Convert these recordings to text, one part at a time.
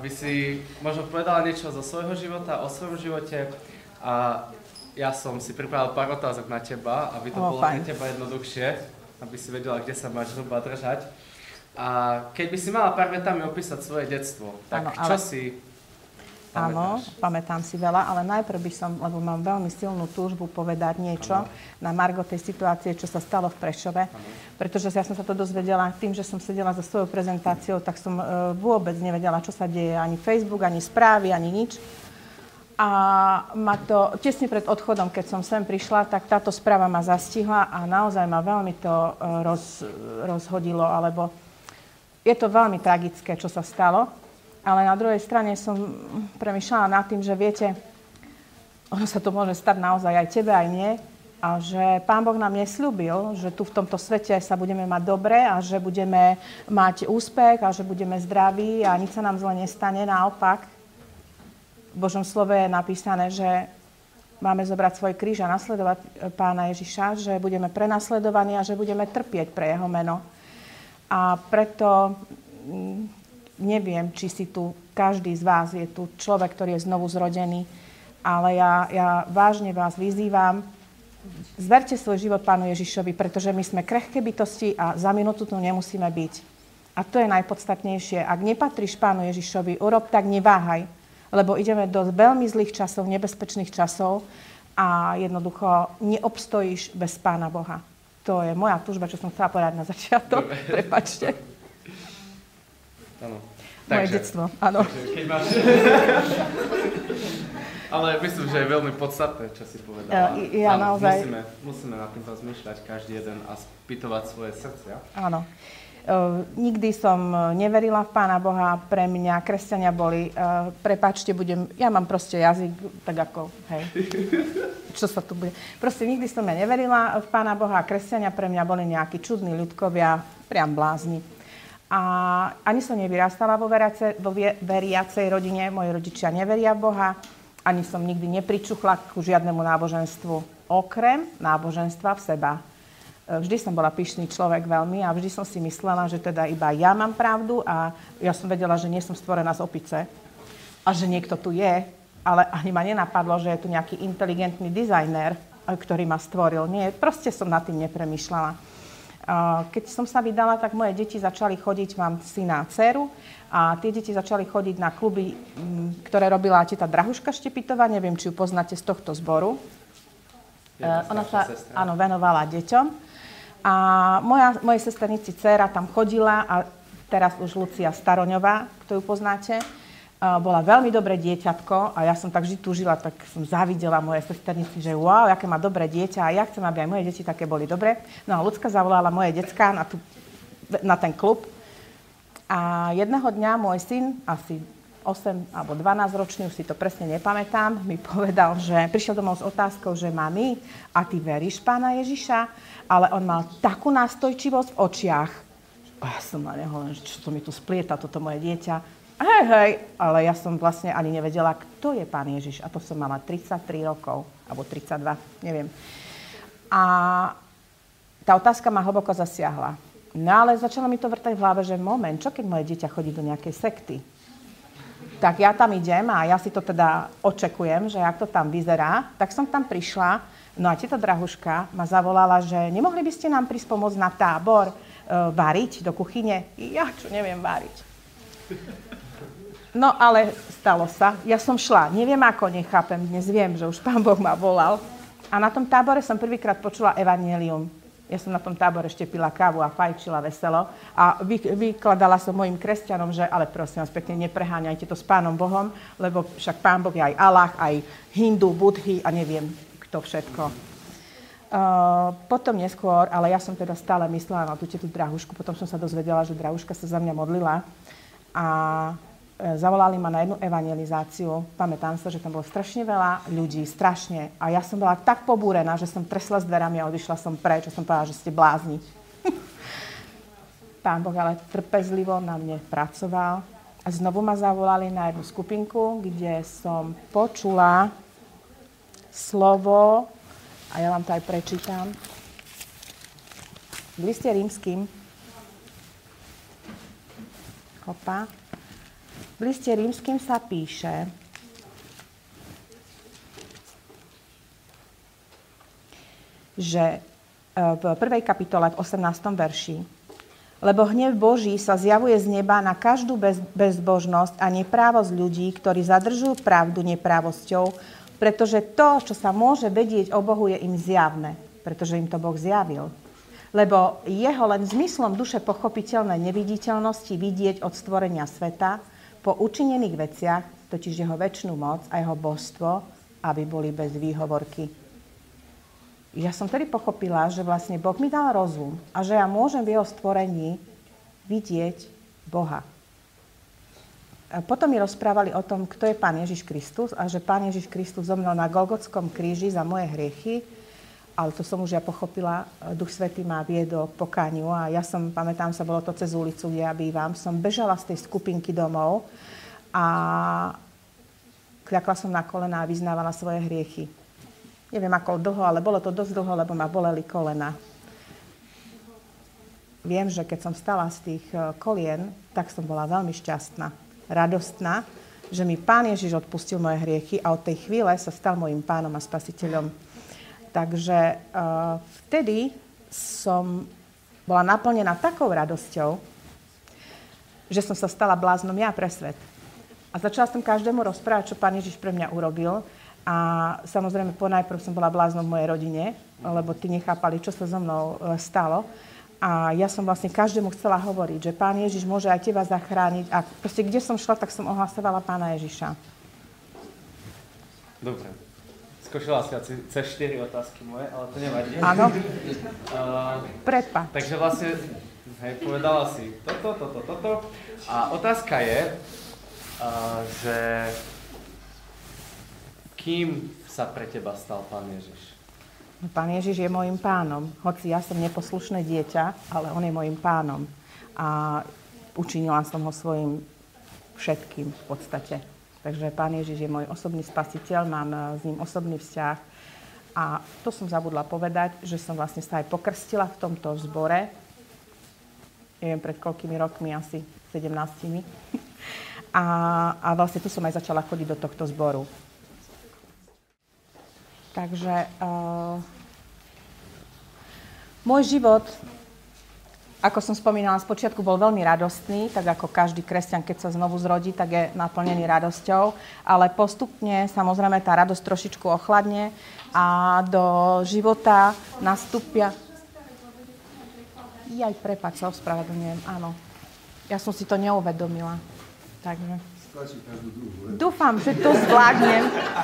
aby si možno povedala niečo zo svojho života, o svojom živote a ja som si pripravil pár otázok na teba, aby to bolo pre teba jednoduchšie, aby si vedela, kde sa máš zhruba držať. A keď by si mala pár vetami opísať svoje detstvo, tak čo si pamätáš? Áno, pamätám si veľa, ale najprv by som, lebo mám veľmi silnú túžbu povedať niečo na margo tej situácie, čo sa stalo v Prešove. Pretože ja som sa to dozvedela tým, že som sedela za svojou prezentáciou, tak som vôbec nevedela, čo sa deje. Ani Facebook, ani správy, ani nič. A ma to, tesne pred odchodom, keď som sem prišla, tak táto správa ma zastihla a naozaj ma veľmi to rozhodilo, alebo je to veľmi tragické, čo sa stalo. Ale na druhej strane som premýšľala nad tým, že viete, ono sa to môže stať naozaj aj tebe, aj mne. A že Pán Boh nám nesľúbil, že tu v tomto svete sa budeme mať dobre a že budeme mať úspech a že budeme zdraví a nič sa nám zle nestane. Naopak, v Božom slove je napísané, že máme zobrať svoj kríž a nasledovať Pána Ježiša, že budeme prenasledovaní a že budeme trpieť pre jeho meno. A preto neviem, či si tu, každý z vás je tu človek, ktorý je znovu zrodený, ale ja vážne vás vyzývam, zverte svoj život Pánu Ježišovi, pretože my sme krehké bytosti a za minútu tu nemusíme byť. A to je najpodstatnejšie. Ak nepatríš Pánu Ježišovi, urob tak, neváhaj, lebo ideme do veľmi zlých časov, nebezpečných časov a jednoducho neobstojíš bez Pána Boha. To je moja túžba, čo som chcela povedať na začiatok. Prepáčte. Áno. Moje detstvo, áno. Keď máš... Ale myslím, že je veľmi podstatné, čo si povedala. Ja naozaj... Musíme nad tým rozmýšľať každý jeden a spýtovať svoje srdcia. Áno. Nikdy som neverila v Pána Boha, pre mňa kresťania boli, prepáčte, ja mám proste jazyk, tak ako, hej, čo sa tu bude. Proste nikdy som ja neverila v Pána Boha a kresťania pre mňa boli nejakí čudní ľudkovia, priam blázni. A ani som nevyrastala vo veriacej rodine, moji rodičia neveria v Boha, ani som nikdy nepričuchla ku žiadnemu náboženstvu, okrem náboženstva v seba. Vždy som bola pyšný človek veľmi a vždy som si myslela, že teda iba ja mám pravdu a ja som vedela, že nie som stvorená z opice a že niekto tu je, ale ani ma nenapadlo, že je tu nejaký inteligentný dizajner, ktorý ma stvoril. Nie, proste som nad tým nepremýšľala. Keď som sa vydala, tak moje deti začali chodiť, mám syna a dceru, a tie deti začali chodiť na kluby, ktoré robila teta Drahuška Štepitová, neviem, či ju poznáte z tohto zboru. Ona sa venovala deťom. A mojej sesternici dcéra tam chodila a teraz už Lucia Staroňová, kto ju poznáte, bola veľmi dobré dieťatko a ja som tak vždy túžila, tak som závidela mojej sesternici, že wow, aké má dobré dieťa a ja chcem, aby aj moje deti také boli dobré. No a Lucka zavolala moje decká na ten klub a jedného dňa môj syn, asi 8 alebo 12 ročný, už si to presne nepamätám, mi povedal, že prišiel domov s otázkou, že mami, a ty veríš Pána Ježiša? Ale on mal takú nástojčivosť v očiach. A ja som na neho len, čo to mi tu splieta, toto moje dieťa. Hej, ale ja som vlastne ani nevedela, kto je Pán Ježiš. A to som mala 33 rokov, alebo 32, neviem. A tá otázka ma hlboko zasiahla. No ale začalo mi to vrtať v hlave, že moment, čo keď moje dieťa chodí do nejakej sekty? Tak ja tam idem a ja si to teda očekujem, že jak to tam vyzerá. Tak som tam prišla, no a teta Drahuška ma zavolala, že nemohli by ste nám prísť pomôcť na tábor, variť do kuchyne? Ja čo neviem variť. No ale stalo sa. Ja som šla, neviem ako, nechápem, dnes viem, že už Pán Boh ma volal. A na tom tábore som prvýkrát počula evanjelium. Ja som na tom tábore ešte pila kávu a fajčila veselo a vykladala som mojim kresťanom, že ale prosím vás pekne, nepreháňajte to s Pánom Bohom, lebo však Pán Boh je aj Allah, aj Hindu, Budhy a neviem kto všetko. Potom neskôr, ale ja som teda stále myslela na tú tetu Drahušku, potom som sa dozvedela, že Drahuška sa za mňa modlila a zavolali ma na jednu evangelizáciu. Pamätám sa, že tam bolo strašne veľa ľudí, strašne. A ja som bola tak pobúrená, že som tresla s dverami a odišla som preč. Som povedala, že ste blázni. Pán Boh ale trpezlivo na mne pracoval. A znovu ma zavolali na jednu skupinku, kde som počula slovo, a ja vám to aj prečítam, v liste rímskym. Hopa. V liste Rímskym sa píše, že v 1. kapitole v 18. verši, lebo hnev Boží sa zjavuje z neba na každú bezbožnosť a neprávosť ľudí, ktorí zadržujú pravdu neprávosťou, pretože to, čo sa môže vedieť o Bohu, je im zjavné, pretože im to Boh zjavil. Lebo jeho len zmyslom duše pochopiteľnej neviditeľnosti vidieť od stvorenia sveta po učinených veciach, totiž jeho večnú moc a jeho božstvo, aby boli bez výhovorky. Ja som tedy pochopila, že vlastne Boh mi dal rozum a že ja môžem v jeho stvorení vidieť Boha. A potom mi rozprávali o tom, kto je Pán Ježiš Kristus a že Pán Ježiš Kristus zomrel na Golgotskom kríži za moje hriechy, ale to som už ja pochopila, Duch Svätý ma viedol k pokániu a ja som, pamätám sa, bolo to cez ulicu, kde ja bývam, som bežala z tej skupinky domov a kľakla som na kolená a vyznávala svoje hriechy. Neviem ako dlho, ale bolo to dosť dlho, lebo ma boleli kolena. Viem, že keď som stala z tých kolien, tak som bola veľmi šťastná, radostná, že mi Pán Ježiš odpustil moje hriechy a od tej chvíle sa stal mojím pánom a spasiteľom. Takže vtedy som bola naplnená takou radosťou, že som sa stala bláznom ja pre svet. A začala som každému rozprávať, čo Pán Ježiš pre mňa urobil. A samozrejme, ponajprv som bola bláznom v mojej rodine, lebo tí nechápali, čo sa so mnou stalo. A ja som vlastne každému chcela hovoriť, že Pán Ježiš môže aj teba zachrániť. A proste, kde som šla, tak som ohlasovala Pána Ježiša. Dobre. Skúšala si asi cez 4 otázky moje, ale to nevadí. Áno. Prepáč. Takže vlastne, hej, povedala si toto. A otázka je, že kým sa pre teba stal Pán Ježiš? Pán Ježiš je môjim pánom. Hoci ja som neposlušné dieťa, ale on je môjim pánom. A učinila som ho svojim všetkým v podstate. Takže Pán Ježiš je môj osobný spasiteľ, mám s ním osobný vzťah. A to som zabudla povedať, že som vlastne sa aj pokrstila v tomto zbore. Neviem, pred koľkými rokmi, asi 17. A vlastne tu som aj začala chodiť do tohto zboru. Takže môj život, ako som spomínala, spočiatku bol veľmi radostný, tak ako každý kresťan, keď sa znovu zrodí, tak je naplnený radosťou, ale postupne, samozrejme, tá radosť trošičku ochladne a do života nastúpia... Prepáč, sa ospravedlňujem, áno. Ja som si to neuvedomila. Takže... Dúfam, že to zvládnem.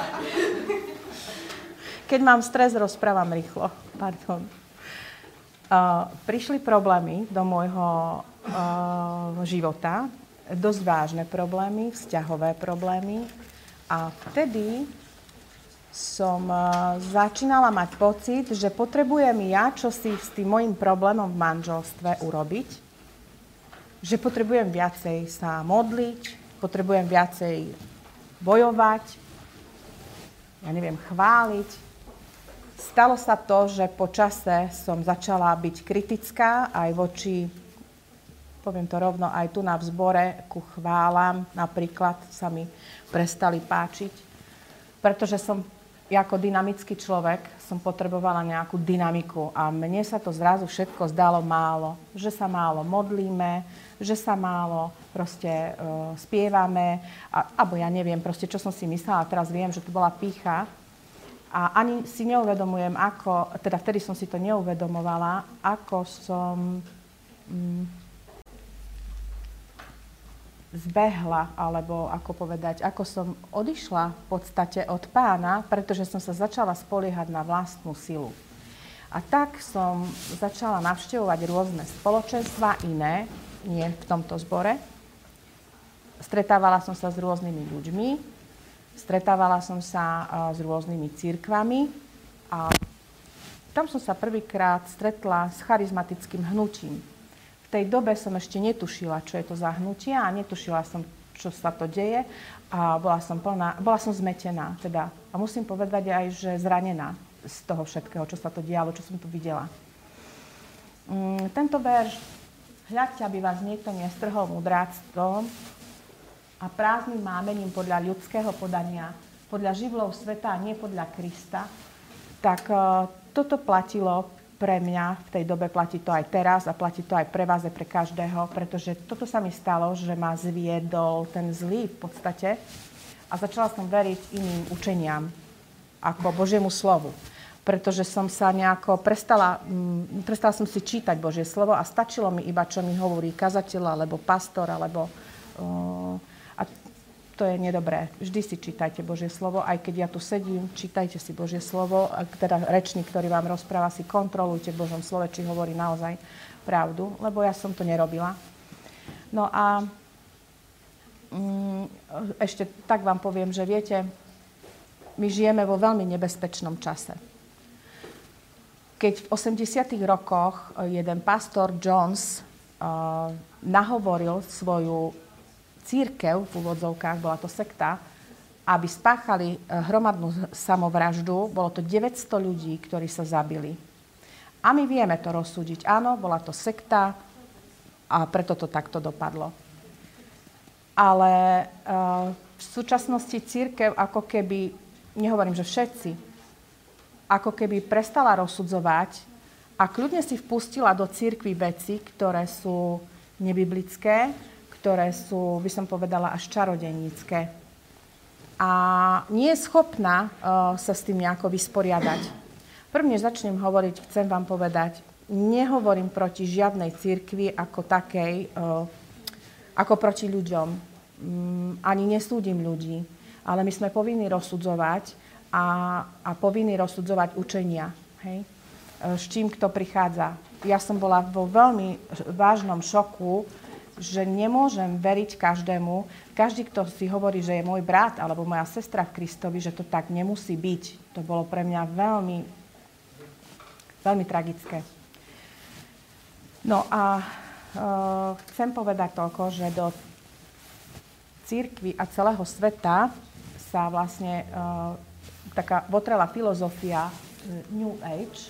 Keď mám stres, rozprávam rýchlo. Pardon. Prišli problémy do môjho života, dosť vážne problémy, vzťahové problémy. A vtedy som začínala mať pocit, že potrebujem ja čosi s tým môjim problémom v manželstve urobiť. Že potrebujem viacej sa modliť, potrebujem viacej bojovať, ja neviem, chváliť. Stalo sa to, že po čase som začala byť kritická aj voči, poviem to rovno, aj tu na vzbore ku chválam. Napríklad sa mi prestali páčiť, pretože som ako dynamický človek som potrebovala nejakú dynamiku a mne sa to zrazu všetko zdalo málo. Že sa málo modlíme, že sa málo proste spievame, alebo ja neviem proste, čo som si myslela. Teraz viem, že to bola pýcha. A ani si neuvedomujem, ako, teda vtedy som si to neuvedomovala, ako som zbehla, alebo ako povedať, ako som odišla v podstate od Pána, pretože som sa začala spoliehať na vlastnú silu. A tak som začala navštevovať rôzne spoločenstva, iné, nie v tomto zbore. Stretávala som sa s rôznymi ľuďmi, stretávala som sa s rôznymi cirkvami a tam som sa prvýkrát stretla s charizmatickým hnutím. V tej dobe som ešte netušila, čo je to za hnutie a netušila som, čo sa to deje a bola som zmetená. Teda, a musím povedať aj, že zranená z toho všetkého, čo sa to dialo, čo som tu videla. Tento verš, hľadte, aby vás niekto nestrhol mudráctvom, a prázdnym mámením podľa ľudského podania, podľa živlov sveta a nie podľa Krista, tak toto platilo pre mňa, v tej dobe platí to aj teraz a platí to aj pre vás, aj pre každého, pretože toto sa mi stalo, že ma zviedol ten zlý v podstate a začala som veriť iným učeniam ako Božiemu slovu. Pretože som sa nejako prestala som si čítať Božie slovo a stačilo mi iba, čo mi hovorí kazateľ, alebo pastor, alebo... a to je nedobré. Vždy si čítajte Božie slovo, aj keď ja tu sedím, čítajte si Božie slovo, teda rečník, ktorý vám rozpráva, si kontrolujte v Božom slove, či hovorí naozaj pravdu, lebo ja som to nerobila. No a ešte tak vám poviem, že viete, my žijeme vo veľmi nebezpečnom čase. Keď v 80. rokoch jeden pastor Jones nahovoril svoju cirkev, v úvodzovkách, bola to sekta, aby spáchali hromadnú samovraždu, bolo to 900 ľudí, ktorí sa zabili. A my vieme to rozsúdiť. Áno, bola to sekta a preto to takto dopadlo. Ale v súčasnosti cirkev ako keby, nehovorím, že všetci, ako keby prestala rozsudzovať a kľudne si vpustila do cirkvi veci, ktoré sú nebiblické, ktoré sú, by som povedala, až čarodejnícke. A nie je schopná sa s tým nejako vysporiadať. Prvne začnem hovoriť, chcem vám povedať, nehovorím proti žiadnej cirkvi ako takej, ako proti ľuďom. Ani nesúdim ľudí, ale my sme povinní rozsudzovať a povinní rozsudzovať učenia. Hej? S čím kto prichádza. Ja som bola vo veľmi vážnom šoku, že nemôžem veriť každému. Každý, kto si hovorí, že je môj brat alebo moja sestra v Kristovi, že to tak nemusí byť. To bolo pre mňa veľmi, veľmi tragické. No a chcem povedať toľko, že do cirkvi a celého sveta sa vlastne taká votrela filozofia New Age.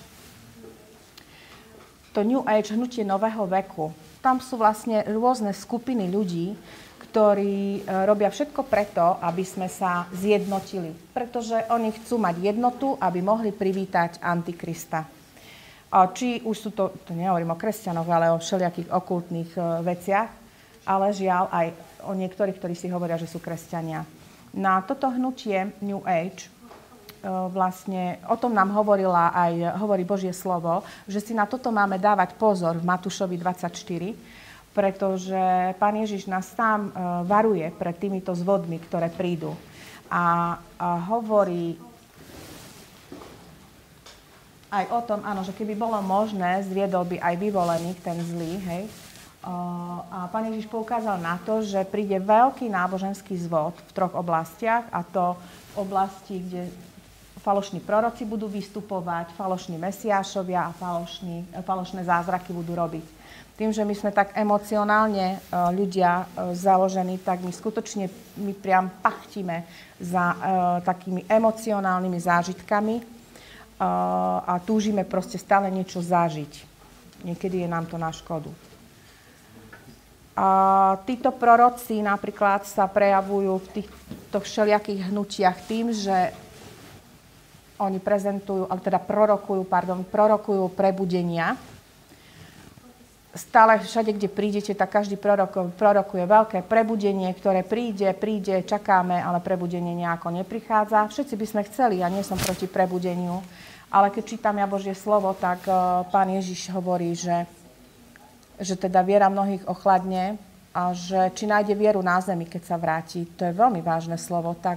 To New Age, hnutie nového veku. Tam sú vlastne rôzne skupiny ľudí, ktorí robia všetko preto, aby sme sa zjednotili. Pretože oni chcú mať jednotu, aby mohli privítať Antikrista. Či už sú to nehovorím o kresťanoch, ale o všelijakých okultných veciach, ale žiaľ aj o niektorých, ktorí si hovoria, že sú kresťania. Na toto hnutie New Age vlastne o tom nám hovorí Božie slovo, že si na toto máme dávať pozor v Matúšovi 24, pretože Pán Ježiš nás sám varuje pred týmito zvodmi, ktoré prídu. A hovorí aj o tom, áno, že keby bolo možné, zviedol by aj vyvolených ten zlý, hej. A Pán Ježiš poukázal na to, že príde veľký náboženský zvod v 3 oblastiach, a to v oblasti, kde falošní proroci budú vystupovať, falošní mesiášovia a falošné zázraky budú robiť. Tým, že my sme tak emocionálne ľudia založení, tak my skutočne priam pachtíme za takými emocionálnymi zážitkami a túžime proste stále niečo zažiť. Niekedy je nám to na škodu. A títo proroci napríklad sa prejavujú v týchto všelijakých hnutiach tým, že oni prorokujú prebudenia. Stále všade, kde prídete, tak každý prorokuje veľké prebudenie, ktoré príde, čakáme, ale prebudenie nejako neprichádza. Všetci by sme chceli, ja nie som proti prebudeniu, ale keď čítam ja Božie slovo, tak Pán Ježiš hovorí, že teda viera mnohých ochladne a že či nájde vieru na zemi, keď sa vráti. To je veľmi vážne slovo, tak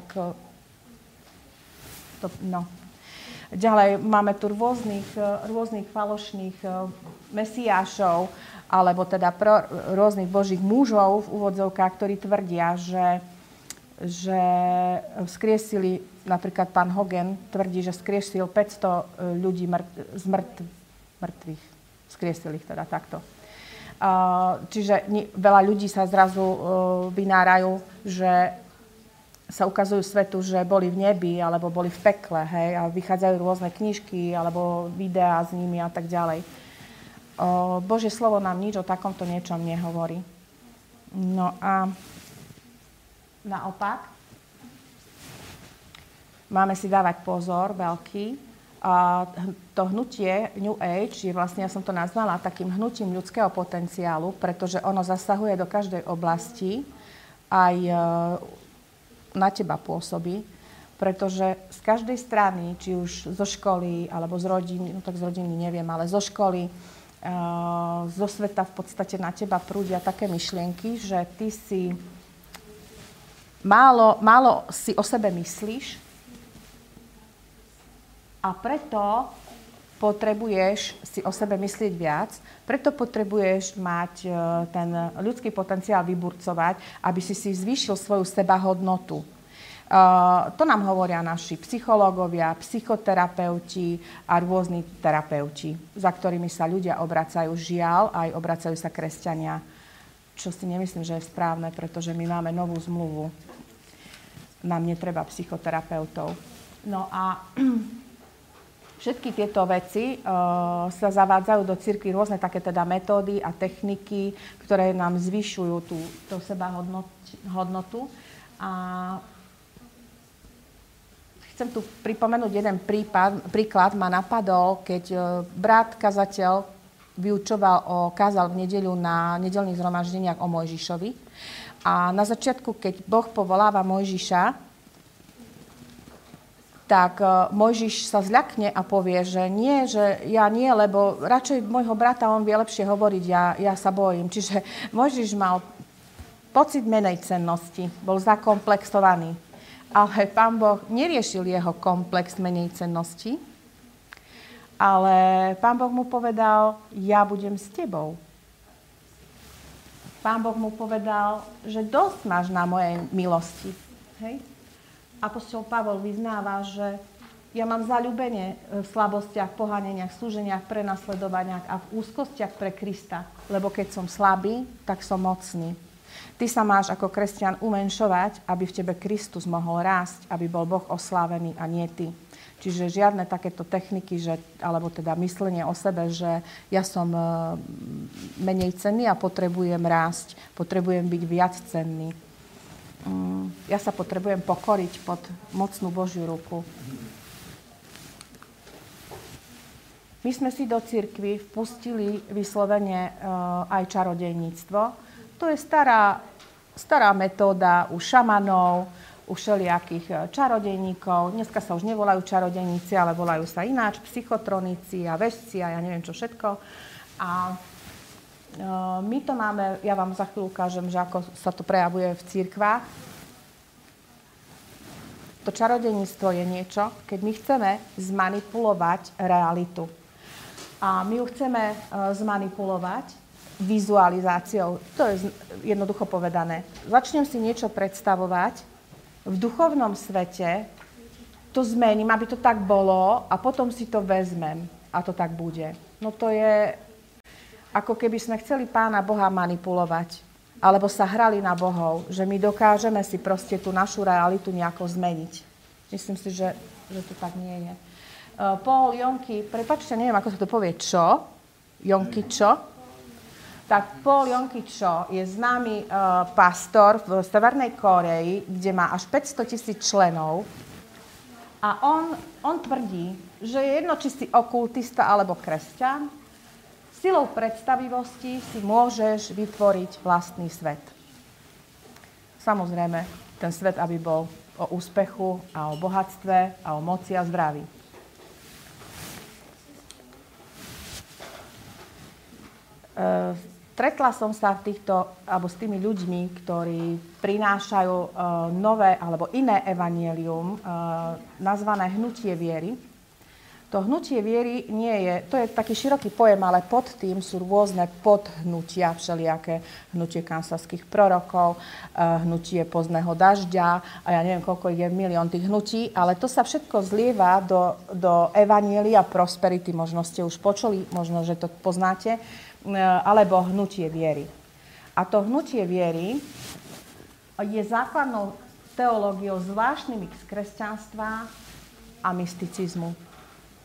Ďalej máme tu rôznych falošných mesiášov, alebo teda rôznych božích mužov v úvodzovkách, ktorí tvrdia, že vzkriesili, napríklad pán Hogan tvrdí, že vzkriesil 500 ľudí z mŕtvych. Vzkriesil ich teda takto. Čiže veľa ľudí sa zrazu vynárajú, že sa ukazujú svetu, že boli v nebi alebo boli v pekle, hej, a vychádzajú rôzne knižky alebo videá s nimi a tak ďalej. Božie slovo nám nič o takomto niečom nehovorí. No a naopak. Máme si dávať pozor veľký. To hnutie New Age je vlastne, ja som to nazvala takým hnutím ľudského potenciálu, pretože ono zasahuje do každej oblasti, aj na teba pôsobí, pretože z každej strany, či už zo školy, alebo z rodiny, no tak z rodiny neviem, ale zo školy, zo sveta v podstate na teba prúdia také myšlienky, že ty si málo si o sebe myslíš, a preto potrebuješ si o sebe myslieť viac, preto potrebuješ mať ten ľudský potenciál vyburcovať, aby si zvýšil svoju sebahodnotu. To nám hovoria naši psychológovia, psychoterapeuti a rôzni terapeuti, za ktorými sa ľudia obracajú. Žiaľ, aj obracajú sa kresťania, čo si nemyslím, že je správne, pretože my máme novú zmluvu. Nám netreba psychoterapeutov. No a všetky tieto veci sa zavádzajú do cirkvi, rôzne také teda metódy a techniky, ktoré nám zvyšujú tú sebahodnotu. A chcem tu pripomenúť jeden príklad. Ma napadol, keď brat kazateľ kázal v nedeľu na nedeľných zhromaždeniach o Mojžišovi. A na začiatku, keď Boh povoláva Mojžiša, tak Mojžiš sa zľakne a povie, že nie, že ja nie, lebo radšej môjho brata, on vie lepšie hovoriť, ja sa bojím. Čiže Mojžiš mal pocit menej cennosti, bol zakomplexovaný. Ale Pán Boh neriešil jeho komplex menej cennosti, ale Pán Boh mu povedal, ja budem s tebou. Pán Boh mu povedal, že dosť máš na mojej milosti. Hej? Apoštol Pavol vyznáva, že ja mám zaľúbenie v slabostiach, pohaneniach, súženiach, prenasledovaniach a v úzkostiach pre Krista. Lebo keď som slabý, tak som mocný. Ty sa máš ako kresťan umenšovať, aby v tebe Kristus mohol rásť, aby bol Boh oslávený a nie ty. Čiže žiadne takéto techniky, alebo teda myslenie o sebe, že ja som menej cenný a potrebujem rásť, potrebujem byť viac cenný. Ja sa potrebujem pokoriť pod mocnú Božiu ruku. My sme si do cirkvi vpustili vyslovene aj čarodejníctvo. To je stará metóda u šamanov, u všelijakých čarodejníkov. Dneska sa už nevolajú čarodejníci, ale volajú sa ináč, psychotronici a vešci a ja neviem čo všetko. A my to máme, ja vám za chvíľu ukážem, že ako sa to prejavuje v cirkvách. To čarodejníctvo je niečo, keď my chceme zmanipulovať realitu. A my ju chceme zmanipulovať vizualizáciou. To je jednoducho povedané. Začnem si niečo predstavovať, v duchovnom svete to zmením, aby to tak bolo a potom si to vezmem a to tak bude. No to je ako keby sme chceli Pána Boha manipulovať, alebo sa hrali na bohov, že my dokážeme si proste tú našu realitu nejako zmeniť. Myslím si, že to tak nie je. Paul Yonggi, prepáčte, neviem, ako sa to povie, Yonggi Cho. Tak Paul Yonggi Cho je známy pastor v Severnej Kórei, kde má až 500 000 členov. A on tvrdí, že je jedno, či si okultista alebo kresťan, silou predstavivosti si môžeš vytvoriť vlastný svet. Samozrejme, ten svet, aby bol o úspechu a o bohatstve a o moci a zdraví. Stretla som sa s tými ľuďmi, ktorí prinášajú nové alebo iné evanjelium, nazvané hnutie viery. To hnutie viery nie je, to je taký široký pojem, ale pod tým sú rôzne podhnutia, všelijaké hnutie kansaských prorokov, hnutie pozdného dažďa a ja neviem, koľko je milión tých hnutí, ale to sa všetko zlieva do evanjelia prosperity, možno ste už počuli, možno, že to poznáte, alebo hnutie viery. A to hnutie viery je základnou teológiou zvláštnymi z kresťanstva a mysticizmu.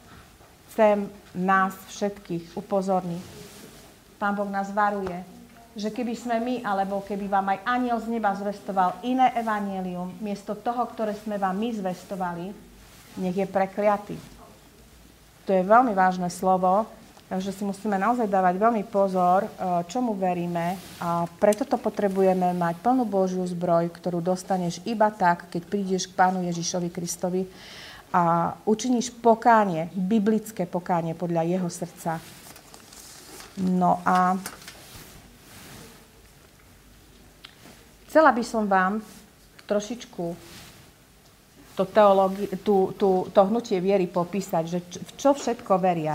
Chcem nás všetkých upozorniť. Pán Boh nás varuje. že keby sme my, alebo keby vám aj anjel z neba zvestoval iné evanjelium, miesto toho, ktoré sme vám my zvestovali, nech je prekliatý. To je veľmi vážne slovo, takže si musíme naozaj dávať veľmi pozor, čomu veríme, a preto to potrebujeme mať plnú Božiu zbroj, ktorú dostaneš iba tak, keď prídeš k Pánu Ježišovi Kristovi a učiníš pokánie, biblické pokánie podľa jeho srdca. No a chcela by som vám trošičku to hnutie viery popísať, že v čo všetko veria.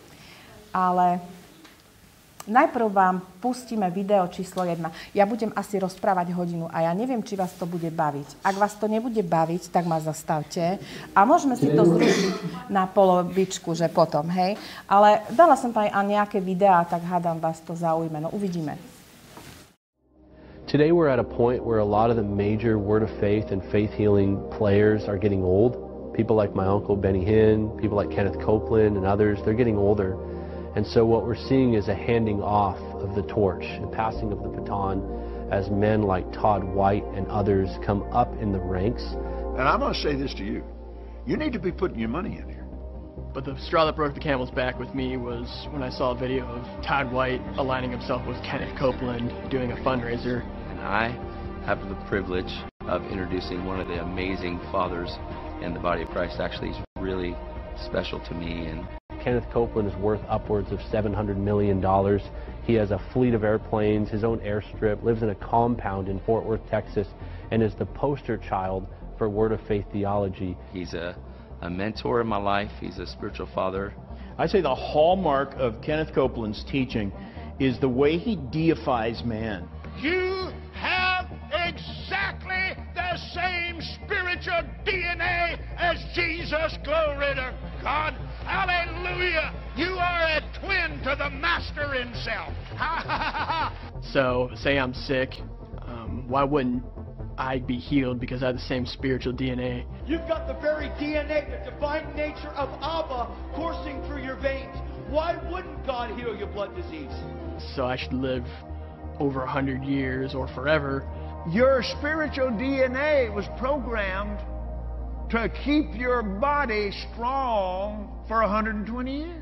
Ale najprv vám pustíme video číslo 1. Ja budem asi rozprávať hodinu a ja neviem, či vás to bude baviť. Ak vás to nebude baviť, tak ma zastavte a môžeme si to zrušiť na polovičku, že potom, hej. Ale dala som tam aj nejaké videá, tak hádam, vás to zaujme. No uvidíme. Today we're at a point where a lot of the major Word of Faith and faith healing players are getting old. People like my uncle Benny Hinn, people like Kenneth Copeland and others, they're getting older. And so what we're seeing is a handing off of the torch, a passing of the baton as men like Todd White and others come up in the ranks. And I'm going to say this to you. You need to be putting your money in here. But the straw that broke the camel's back with me was when I saw a video of Todd White aligning himself with Kenneth Copeland doing a fundraiser. And I have the privilege of introducing one of the amazing fathers in the body of Christ. Actually, he's really special to me. And Kenneth Copeland is worth upwards of $700 million. He has a fleet of airplanes, his own airstrip, lives in a compound in Fort Worth, Texas, and is the poster child for Word of Faith theology. He's a mentor in my life. He's a spiritual father. I say the hallmark of Kenneth Copeland's teaching is the way he deifies man. You have exactly the same spiritual DNA as Jesus. Glory to God. Hallelujah. You are a twin to the Master himself. So, say I'm sick, why wouldn't I be healed because I have the same spiritual DNA? You've got the very DNA, the divine nature of Abba coursing through your veins. Why wouldn't God heal your blood disease? So I should live over 100 years or forever. Your spiritual DNA was programmed to keep your body strong for 120 years.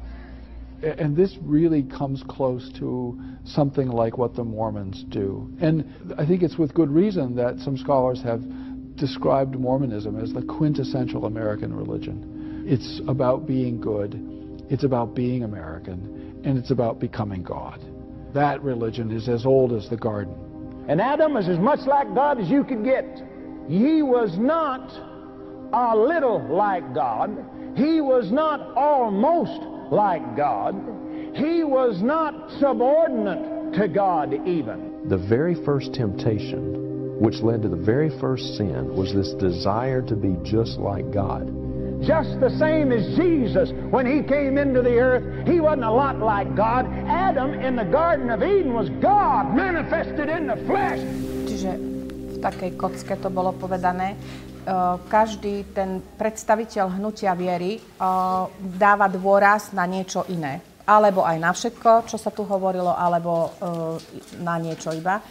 And this really comes close to something like what the Mormons do. And I think it's with good reason that some scholars have described Mormonism as the quintessential American religion. It's about being good, it's about being American, and it's about becoming God. That religion is as old as the garden. And Adam is as much like God as you could get. He was not a little like God. He was not almost like God. He was not subordinate to God even. The very first temptation, which led to the very first sin, was this desire to be just like God. Just the same as Jesus, when he came into the earth, he wasn't a lot like God. Adam in the Garden of Eden was God manifested in the flesh. Čiže v takej kocke to bolo povedané. Každý ten predstaviteľ hnutia viery dáva dôraz na niečo iné. Alebo aj na všetko, čo sa tu hovorilo, alebo na niečo iba.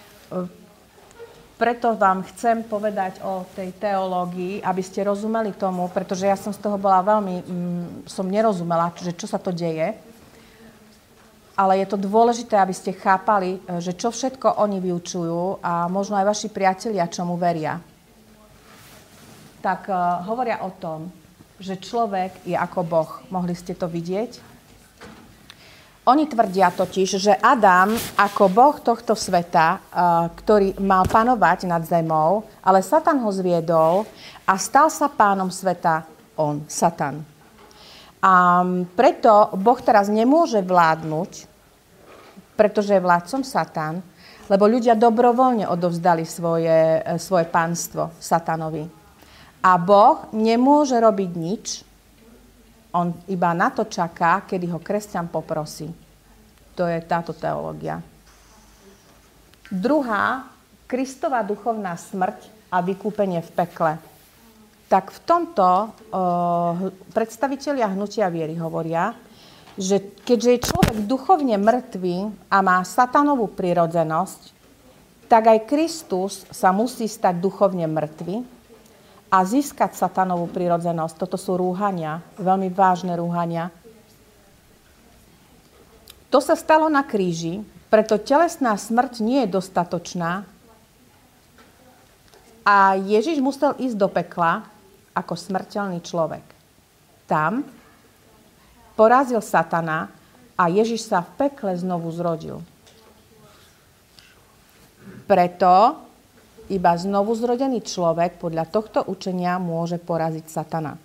Preto vám chcem povedať o tej teológii, aby ste rozumeli tomu, pretože ja som z toho bola veľmi, som nerozumela, že čo sa to deje. Ale je to dôležité, aby ste chápali, že čo všetko oni vyučujú a možno aj vaši priatelia čomu veria. Tak hovoria o tom, že človek je ako Boh. Mohli ste to vidieť? Oni tvrdia totiž, že Adam ako Boh tohto sveta, ktorý mal panovať nad zemou, ale Satan ho zviedol a stal sa pánom sveta on, Satan. A preto Boh teraz nemôže vládnuť, pretože je vládcom Satan, lebo ľudia dobrovoľne odovzdali svoje pánstvo Satanovi. A Boh nemôže robiť nič, on iba na to čaká, kedy ho kresťan poprosí. To je táto teológia. Druhá, Kristova duchovná smrť a vykúpenie v pekle. Tak v tomto predstavitelia hnutia viery hovoria, že keďže je človek duchovne mŕtvý a má satanovú prirodzenosť, tak aj Kristus sa musí stať duchovne mŕtvy a získať satanovú prirodzenosť. Toto sú rúhania, veľmi vážne rúhania. To sa stalo na kríži, preto telesná smrť nie je dostatočná a Ježiš musel ísť do pekla ako smrteľný človek. Tam porazil satana a Ježiš sa v pekle znovu zrodil. Preto iba znovu zrodený človek podľa tohto učenia môže poraziť satana.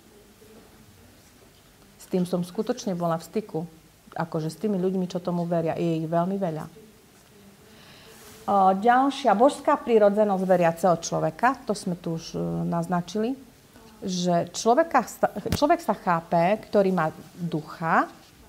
S tým som skutočne bola v styku. Akože s tými ľuďmi, čo tomu veria. Je ich veľmi veľa. Ďalšia božská prirodzenosť veriaceho človeka, to sme tu už naznačili, že človek sa chápe, ktorý má ducha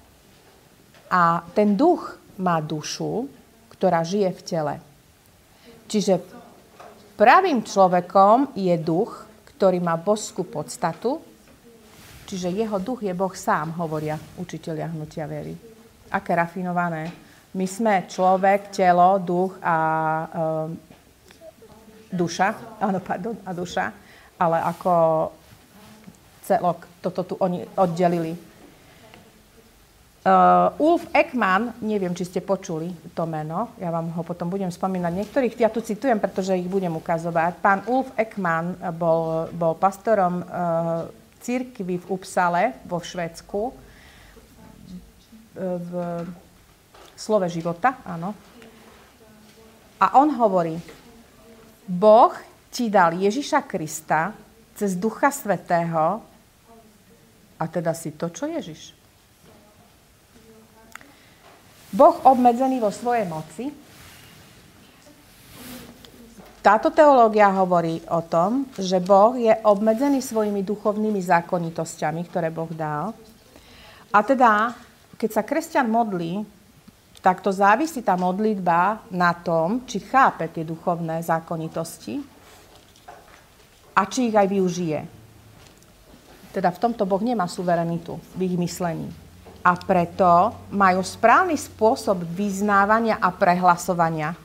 a ten duch má dušu, ktorá žije v tele. Čiže pravým človekom je duch, ktorý má božskú podstatu, čiže jeho duch je Boh sám, hovoria učitelia hnutia viery. Aké rafinované. My sme človek, telo, duch a duša, a duša, ale ako celok, toto tu oni oddelili. Ulf Ekman, neviem, či ste počuli to meno, ja vám ho potom budem spomínať. Niektorých ja tu citujem, pretože ich budem ukazovať. Pán Ulf Ekman bol pastorom cirkvi v Uppsale vo Švédsku, v Slove života, áno. A on hovorí, Boh ti dal Ježiša Krista cez Ducha Svätého a teda si to, čo Ježiš. Boh obmedzený vo svojej moci. Táto teológia hovorí o tom, že Boh je obmedzený svojimi duchovnými zákonitosťami, ktoré Boh dal. A teda, keď sa kresťan modlí, tak to závisí tá modlitba na tom, či chápe tie duchovné zákonitosti a či ich aj využije. Teda v tomto Boh nemá suverenitu v ich myslení. A preto majú správny spôsob vyznávania a prehlasovania.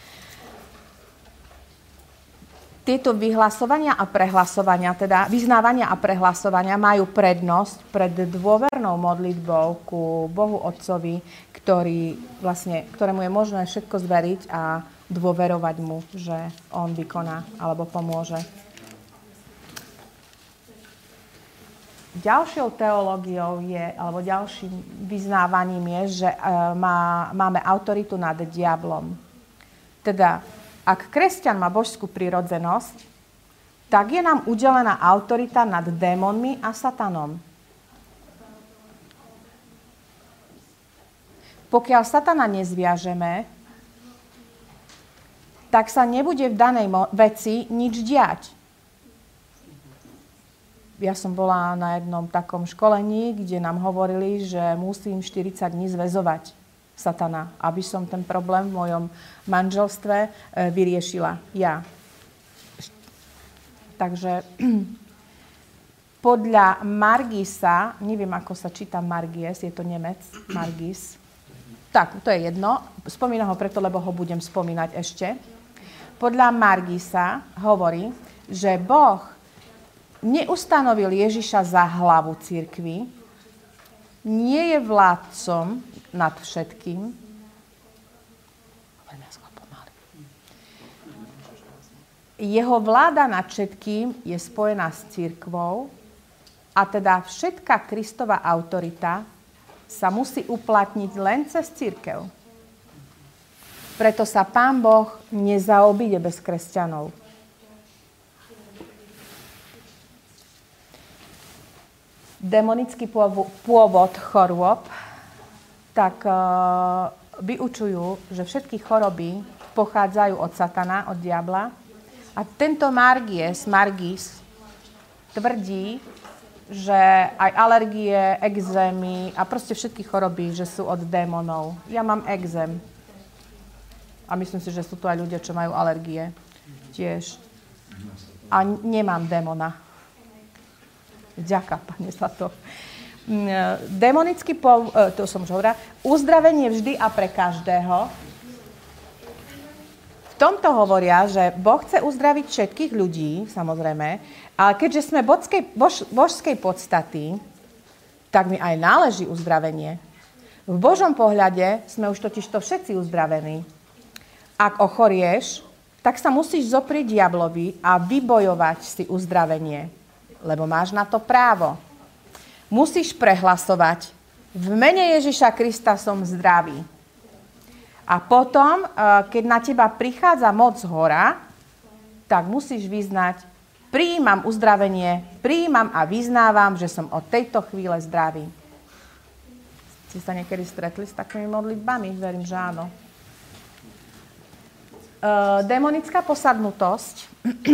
Tieto vyhlasovania a prehlasovania, teda vyznávania a prehlasovania majú prednosť pred dôvernou modlitbou ku Bohu Otcovi, ktorému je možné všetko zveriť a dôverovať mu, že on vykoná alebo pomôže. Ďalšou teológiou alebo ďalším vyznávaním je, že máme autoritu nad diablom. Teda, ak kresťan má božskú prirodzenosť, tak je nám udelená autorita nad démonmi a satanom. Pokiaľ satana nezviažeme, tak sa nebude v danej veci nič diať. Ja som bola na jednom takom školení, kde nám hovorili, že musím 40 dní zväzovať satana, aby som ten problém v mojom manželstve vyriešila ja. Takže podľa Margisa, neviem, ako sa číta Margies, je to Nemec, Margis. Tak, to je jedno. Spomínam ho preto, lebo ho budem spomínať ešte. Podľa Margisa hovorí, že Boh neustanovil Ježiša za hlavu cirkvi, nie je vládcom nad všetkým. Jeho vláda nad všetkým je spojená s cirkvou a teda všetká Kristova autorita sa musí uplatniť len cez cirkev. Preto sa Pán Boh nezaobíde bez kresťanov. Demonický pôvod chorôb, tak vyučujú, že všetky choroby pochádzajú od satana, od diabla. A tento Margis tvrdí, že aj alergie, exémy a proste všetky choroby, že sú od démonov. Ja mám exém. A myslím si, že sú tu aj ľudia, čo majú alergie tiež. A nemám démona. Ďaká, Pane, za to. Demonický to som už hovorila, uzdravenie vždy a pre každého. V tomto hovoria, že Boh chce uzdraviť všetkých ľudí, samozrejme, ale keďže sme božskej podstaty, tak mi aj náleží uzdravenie. V Božom pohľade sme už totižto všetci uzdravení. Ak ochorieš, tak sa musíš zoprieť diablovi a vybojovať si uzdravenie, lebo máš na to právo. Musíš prehlasovať, v mene Ježiša Krista som zdravý. A potom, keď na teba prichádza moc hora, tak musíš vyznať, prijímam uzdravenie, prijímam a vyznávam, že som od tejto chvíle zdravý. Ste sa niekedy stretli s takými modlitbami? Verím, že áno. Demonická posadnutosť.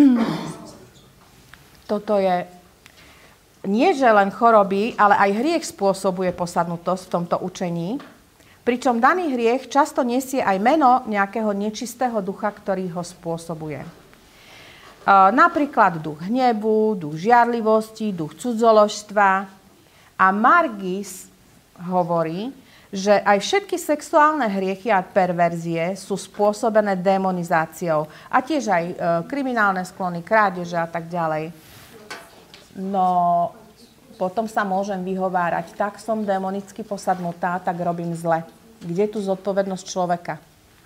Toto je nie že len choroby, ale aj hriech spôsobuje posadnutosť v tomto učení. Pričom daný hriech často nesie aj meno nejakého nečistého ducha, ktorý ho spôsobuje. Napríklad duch hnevu, duch žiarlivosti, duch cudzoložstva. A Margis hovorí, že aj všetky sexuálne hriechy a perverzie sú spôsobené demonizáciou. A tiež aj kriminálne sklony, krádeže a tak ďalej. No, potom sa môžem vyhovárať. Tak som demonicky posadnutá, tak robím zle. Kde je tu zodpovednosť človeka?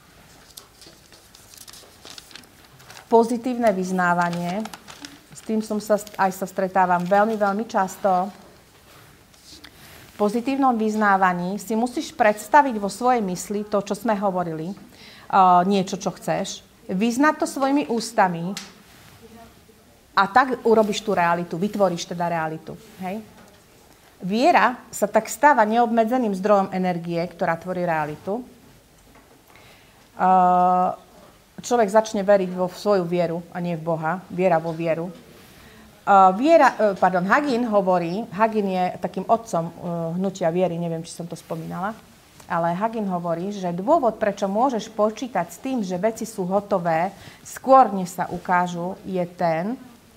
Pozitívne vyznávanie. S tým sa stretávam veľmi, veľmi často. V pozitívnom vyznávaní si musíš predstaviť vo svojej mysli to, čo sme hovorili. Niečo, čo chceš. Vyznať to svojimi ústami. A tak urobíš tú realitu, vytvoríš teda realitu. Hej? Viera sa tak stáva neobmedzeným zdrojom energie, ktorá tvorí realitu. Človek začne veriť vo svoju vieru a nie v Boha. Viera vo vieru. Hagin hovorí, Hagin je takým otcom hnutia viery, neviem, či som to spomínala, ale Hagin hovorí, že dôvod, prečo môžeš počítať s tým, že veci sú hotové, skôr než sa ukážu, je ten,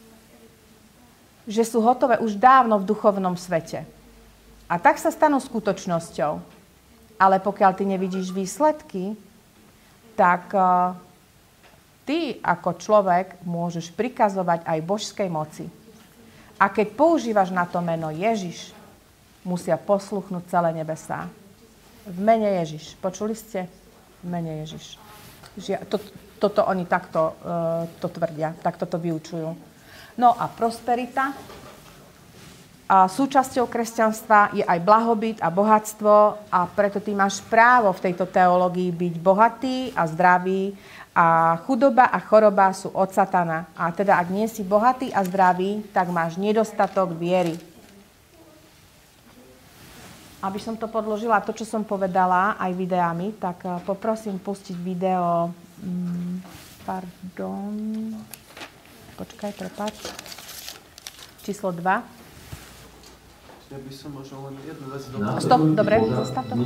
že sú hotové už dávno v duchovnom svete. A tak sa stanú skutočnosťou. Ale pokiaľ ty nevidíš výsledky, tak ty ako človek môžeš prikazovať aj božskej moci. A keď používaš na to meno Ježiš, musia posluchnúť celé nebesá. V mene Ježiš. Počuli ste? V mene Ježiš. Toto oni takto to tvrdia, takto to vyučujú. No a prosperita. A súčasťou kresťanstva je aj blahobyt a bohatstvo a preto ty máš právo v tejto teológii byť bohatý a zdravý a chudoba a choroba sú od satana. A teda ak nie si bohatý a zdravý, tak máš nedostatok viery. Aby som to podložila, to, čo som povedala aj videami, tak poprosím pustiť video... Počkaj, prepáč. Číslo 2. Ja by som možno len jednu vec Stop, dobre, zastav to.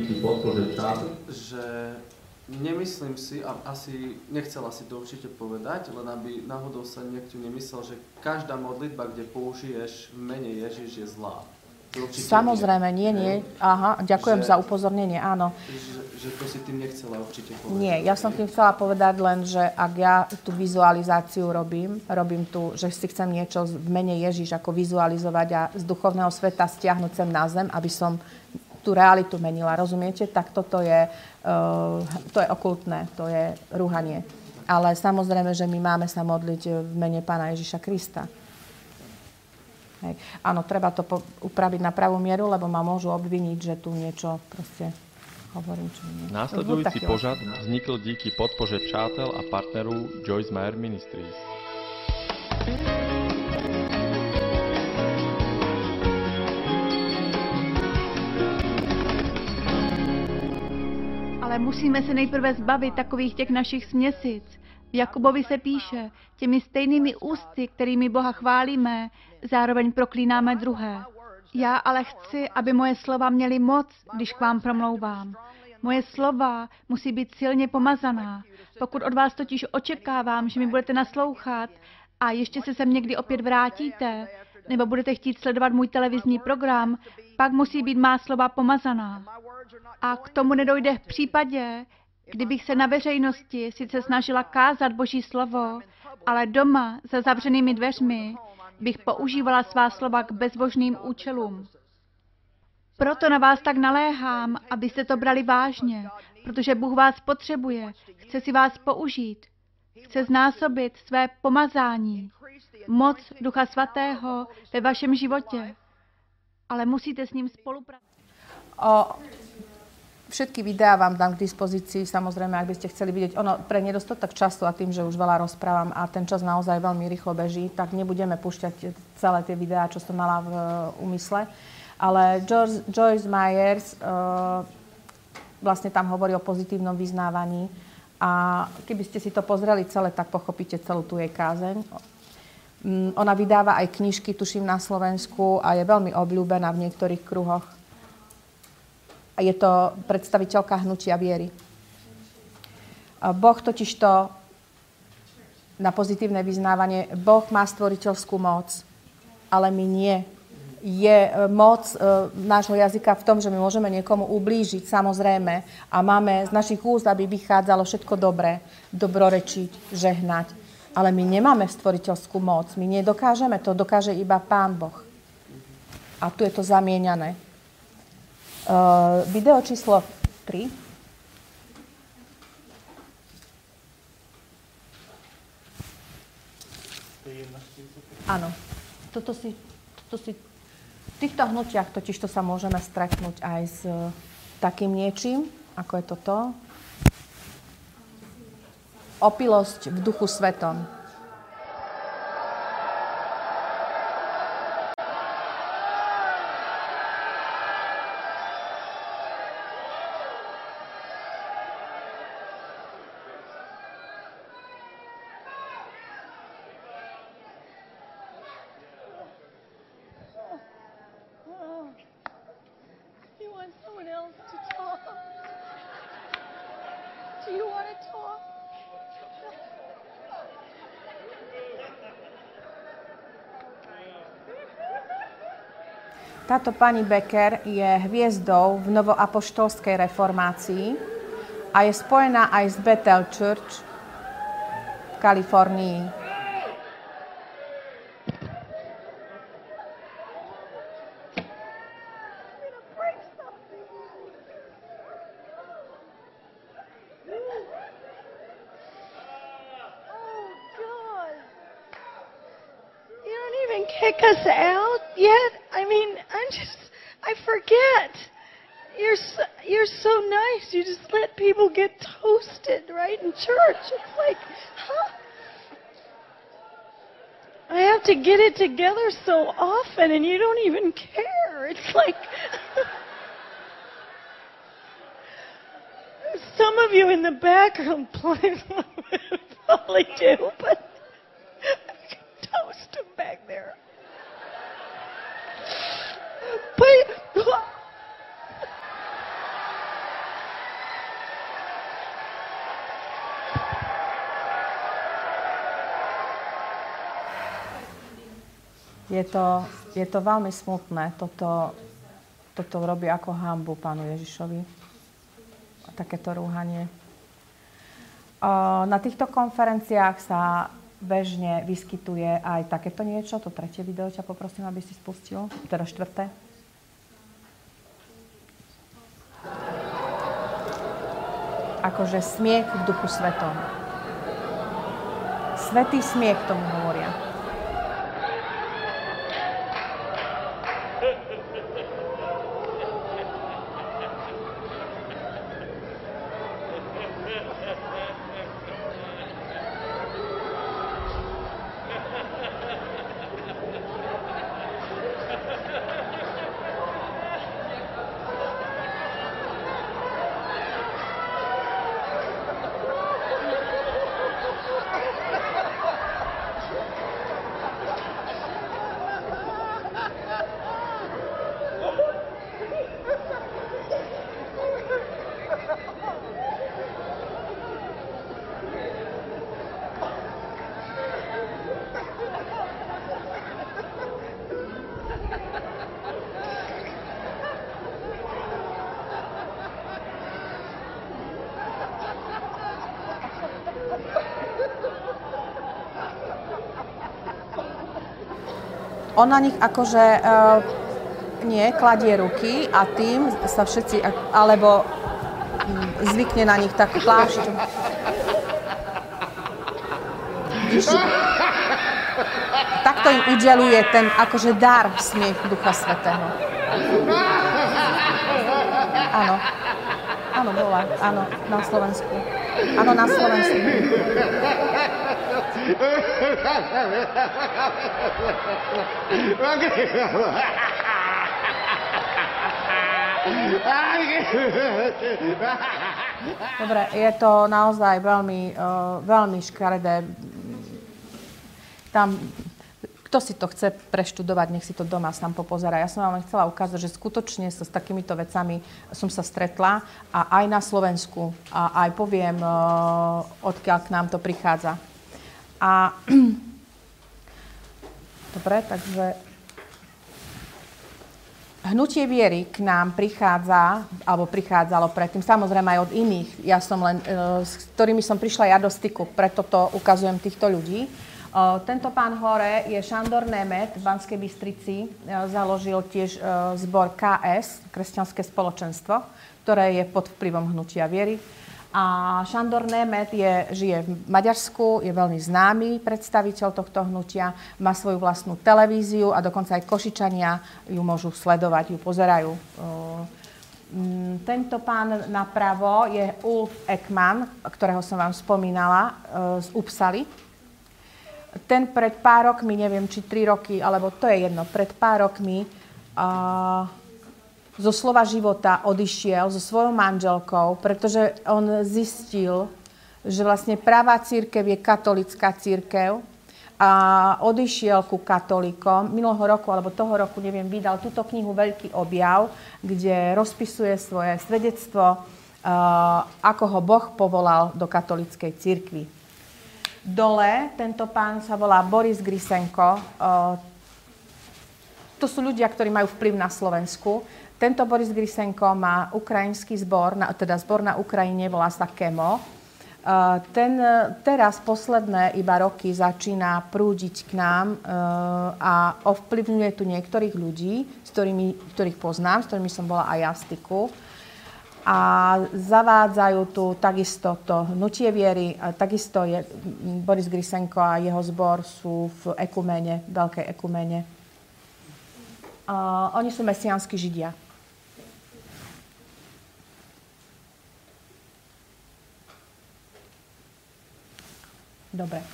Že nemyslím si, a asi nechcela si to určite povedať, len aby náhodou sa niekto nemyslel, že každá modlitba, kde použiješ v mene Ježiš, je zlá. Samozrejme, nie. Aha, ďakujem za upozornenie, áno. Že to si tým nechcela určite povedať. Nie, ja som tým chcela povedať len, že ak ja tú vizualizáciu robím tu, že si chcem niečo v mene Ježiš ako vizualizovať a z duchovného sveta stiahnuť sem na zem, aby som tú realitu menila, rozumiete? Tak toto je, to je okultné, to je rúhanie. Ale samozrejme, že my máme sa modliť v mene Pána Ježiša Krista. Hej. Áno, treba to upraviť na pravú mieru, lebo ma môžu obviniť, že tu niečo proste hovorím, čo nie. Následujúci pořad vznikl díky podpoře přátel a partnerů Joyce Meyer Ministries. Ale musíme se nejprve zbavit takových těch našich směsic. V Jakubovi se píše, těmi stejnými ústy, kterými Boha chválíme, zároveň proklínáme druhé. Já ale chci, aby moje slova měly moc, když k vám promlouvám. Moje slova musí být silně pomazaná. Pokud od vás totiž očekávám, že mi budete naslouchat a ještě se sem někdy opět vrátíte, nebo budete chtít sledovat můj televizní program, pak musí být má slova pomazaná. A k tomu nedojde v případě, kdybych se na veřejnosti sice snažila kázat Boží slovo, ale doma za zavřenými dveřmi bych používala svá slova k bezbožným účelům. Proto na vás tak naléhám, abyste to brali vážně, protože Bůh vás potřebuje, chce si vás použít, chce znásobit své pomazání, moc Ducha Svatého ve vašem životě, ale musíte s ním spolupracovat. Všetky videá vám dám k dispozícii, samozrejme, ak by ste chceli vidieť. Ono, pre nedostatok času a tým, že už veľa rozprávam a ten čas naozaj veľmi rýchlo beží, tak nebudeme púšťať celé tie videá, čo som mala v úmysle. Ale Joyce Myers vlastne tam hovorí o pozitívnom vyznávaní a keby ste si to pozreli celé, tak pochopíte celú tú jej kázeň. Ona vydáva aj knižky, tuším, na Slovensku a je veľmi obľúbená v niektorých kruhoch. A je to predstaviteľka hnutia viery. Boh totižto na pozitívne vyznávanie, Boh má stvoriteľskú moc, ale my nie. Je moc nášho jazyka v tom, že my môžeme niekomu ublížiť, samozrejme, a máme z našich úst, aby vychádzalo všetko dobré, dobrorečiť, žehnať. Ale my nemáme stvoriteľskú moc, my nedokážeme, to dokáže iba Pán Boh. A tu je to zamieňané. Video číslo 3. Áno. V týchto hnutiach totiž to sa môžeme stretnúť aj s takým niečím, ako je toto. Opilosť v Duchu Svetom. Táto pani Becker je hviezdou v novoapoštolskej reformácii a je spojená aj s Bethel Church v Kalifornii. Kick us out yet? I mean, I forget. You're so nice. You just let people get toasted right in church. It's like, huh? I have to get it together so often and you don't even care. It's like, some of you in the back are probably do, but toast them back there. Je to veľmi smutné. Toto robí ako hanbu Pánu Ježišovi. Takéto rúhanie. Na týchto konferenciách sa bežne vyskytuje aj takéto niečo. To tretie video ťa poprosím, aby si spustil. Teda štvrté. Akože smiech v Duchu Svetom. Svätý smiech tomu hovoria. On na nich akože nie, kladie ruky a tým sa všetci, alebo zvykne na nich tak plášť. Takto im udeluje ten akože dar smiech Ducha Svätého. Áno. Áno, bola. Áno, na Slovensku. Áno, na Slovensku. Dobre, je to naozaj veľmi škaredé. Tam, kto si to chce preštudovať, nech si to doma sám popozerá. Ja som vám chcela ukázať, že skutočne sa s takýmito vecami som sa stretla a aj na Slovensku. A aj poviem, odkiaľ k nám to prichádza. A dobre, takže hnutie viery k nám prichádza, alebo prichádzalo predtým, samozrejme aj od iných. Ja som len, s ktorými som prišla ja do styku, preto to ukazujem týchto ľudí. Tento pán hore je Šandor Nemet v Banskej Bystrici. Založil tiež zbor KS, Kresťanské spoločenstvo, ktoré je pod vplyvom hnutia viery. A Šandor Nemet žije v Maďarsku, je veľmi známy predstaviteľ tohto hnutia, má svoju vlastnú televíziu a dokonca aj Košičania ju môžu sledovať, ju pozerajú. Tento pán napravo je Ulf Ekman, ktorého som vám spomínala, z Uppsaly. Ten pred pár rokmi, neviem, či 3 roky, alebo to je jedno, pred pár rokmi zo Slova života odišiel so svojou manželkou, pretože on zistil, že vlastne pravá cirkev je katolická cirkev a odišiel ku katolíkom. Minulého roku, alebo toho roku, neviem, vydal túto knihu Veľký objav, kde rozpisuje svoje svedectvo, ako ho Boh povolal do katolíckej cirkvi. Dole, tento pán sa volá Boris Grisenko. To sú ľudia, ktorí majú vplyv na Slovensku. Tento Boris Grisenko má ukrajinský zbor, teda zbor na Ukrajine, volá sa KEMO. Ten teraz posledné iba roky začína prúdiť k nám a ovplyvňuje tu niektorých ľudí, ktorých poznám, s ktorými som bola aj ja v styku. A zavádzajú tu takisto to hnutie viery, takisto je Boris Grisenko a jeho zbor sú v ekuméne, veľkej ekuméne. Oni sú mesiánsky Židia. Dobre.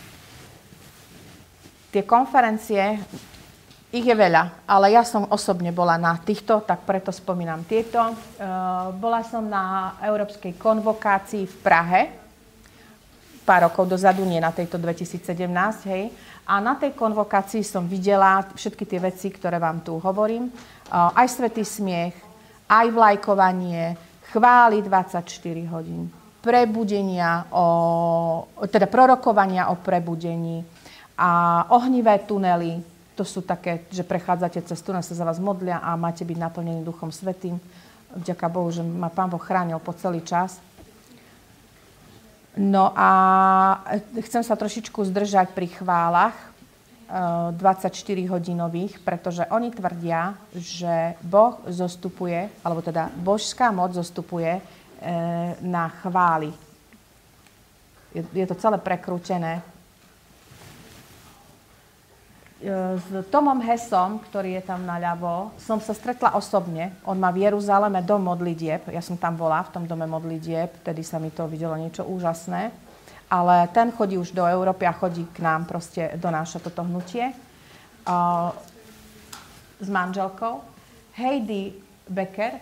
Tie konferencie, ich je veľa, ale ja som osobne bola na týchto, tak preto spomínam tieto. Bola som na Európskej konvokácii v Prahe, pár rokov dozadu, nie na tejto 2017, hej. A na tej konvokácii som videla všetky tie veci, ktoré vám tu hovorím. Aj svätý smiech, aj vlajkovanie, chvály 24 hodín, prebudenia, teda prorokovania o prebudení a ohnivé tunely. To sú také, že prechádzate cez tunel, sa za vás modlia a máte byť naplnení Duchom Svätým. Vďaka Bohu, že ma Pán Boh chránil po celý čas. No a chcem sa trošičku zdržať pri chválach 24-hodinových, pretože oni tvrdia, že Boh zostupuje, alebo teda božská moc zostupuje na chvály. Je to celé prekrútené. S Tomom Hesom, ktorý je tam naľavo, som sa stretla osobne. On má v Jeruzaleme dom modlitieb. Ja som tam bola v tom dome modlitieb, vtedy sa mi to videlo niečo úžasné. Ale ten chodí už do Európy a chodí k nám, proste donáša toto hnutie s manželkou. Heidi Becker,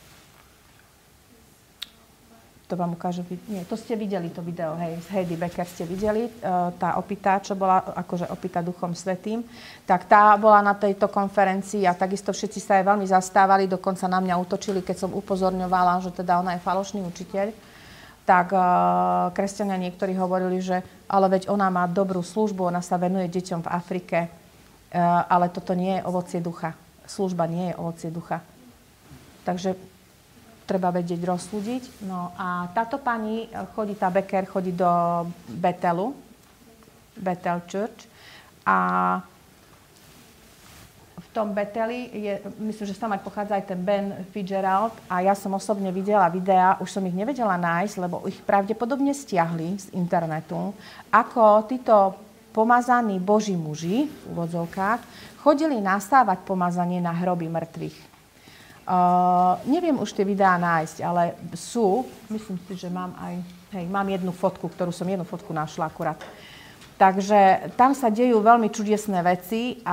to vám ukážem, nie, to ste videli, to video, hej, z Heidi Becker ste videli, tá opitá, čo bola akože opitá Duchom Svätým, tak tá bola na tejto konferencii a takisto všetci sa jej veľmi zastávali, dokonca na mňa útočili, keď som upozorňovala, že teda ona je falošný učiteľ, tak kresťania niektorí hovorili, že ale veď ona má dobrú službu, ona sa venuje deťom v Afrike, ale toto nie je ovocie ducha. Služba nie je ovocie ducha. Takže treba vedieť rozsúdiť. No a táto pani chodí, tá Becker chodí do Betelu, Bethel Church a tom Beteli je, myslím, že tam aj pochádza aj ten Ben Fitzgerald a ja som osobne videla videá, už som ich nevedela nájsť, lebo ich pravdepodobne stiahli z internetu, ako títo pomazaní boží muži, v úvodzovkách, chodili nastávať pomazanie na hroby mŕtvych. Neviem už tie videá nájsť, ale sú, myslím si, že mám aj, mám jednu fotku, jednu fotku našla akurát. Takže tam sa dejú veľmi čudesné veci a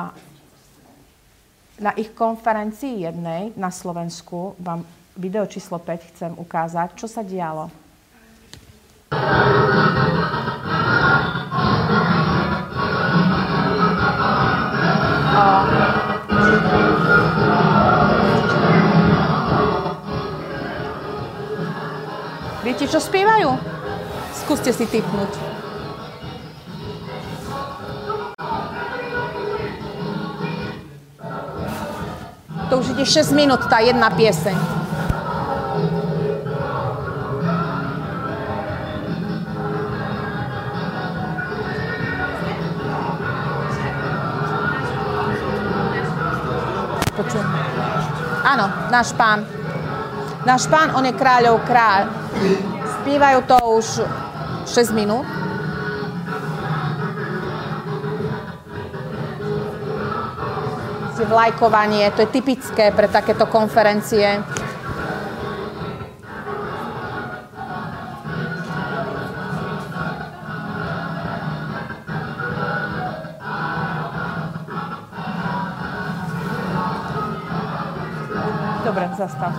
na ich konferencii jednej na Slovensku vám video číslo 5 chcem ukázať, čo sa dialo. Viete, čo spievajú? Skúste si tipnúť. To už ide 6 minút, tá jedna pieseň. Počujem. Áno, náš pán. Náš pán, on je kráľov kráľ. Spievajú to už 6 minút. Vlajkovanie, to je typické pre takéto konferencie. Dobre, zastav.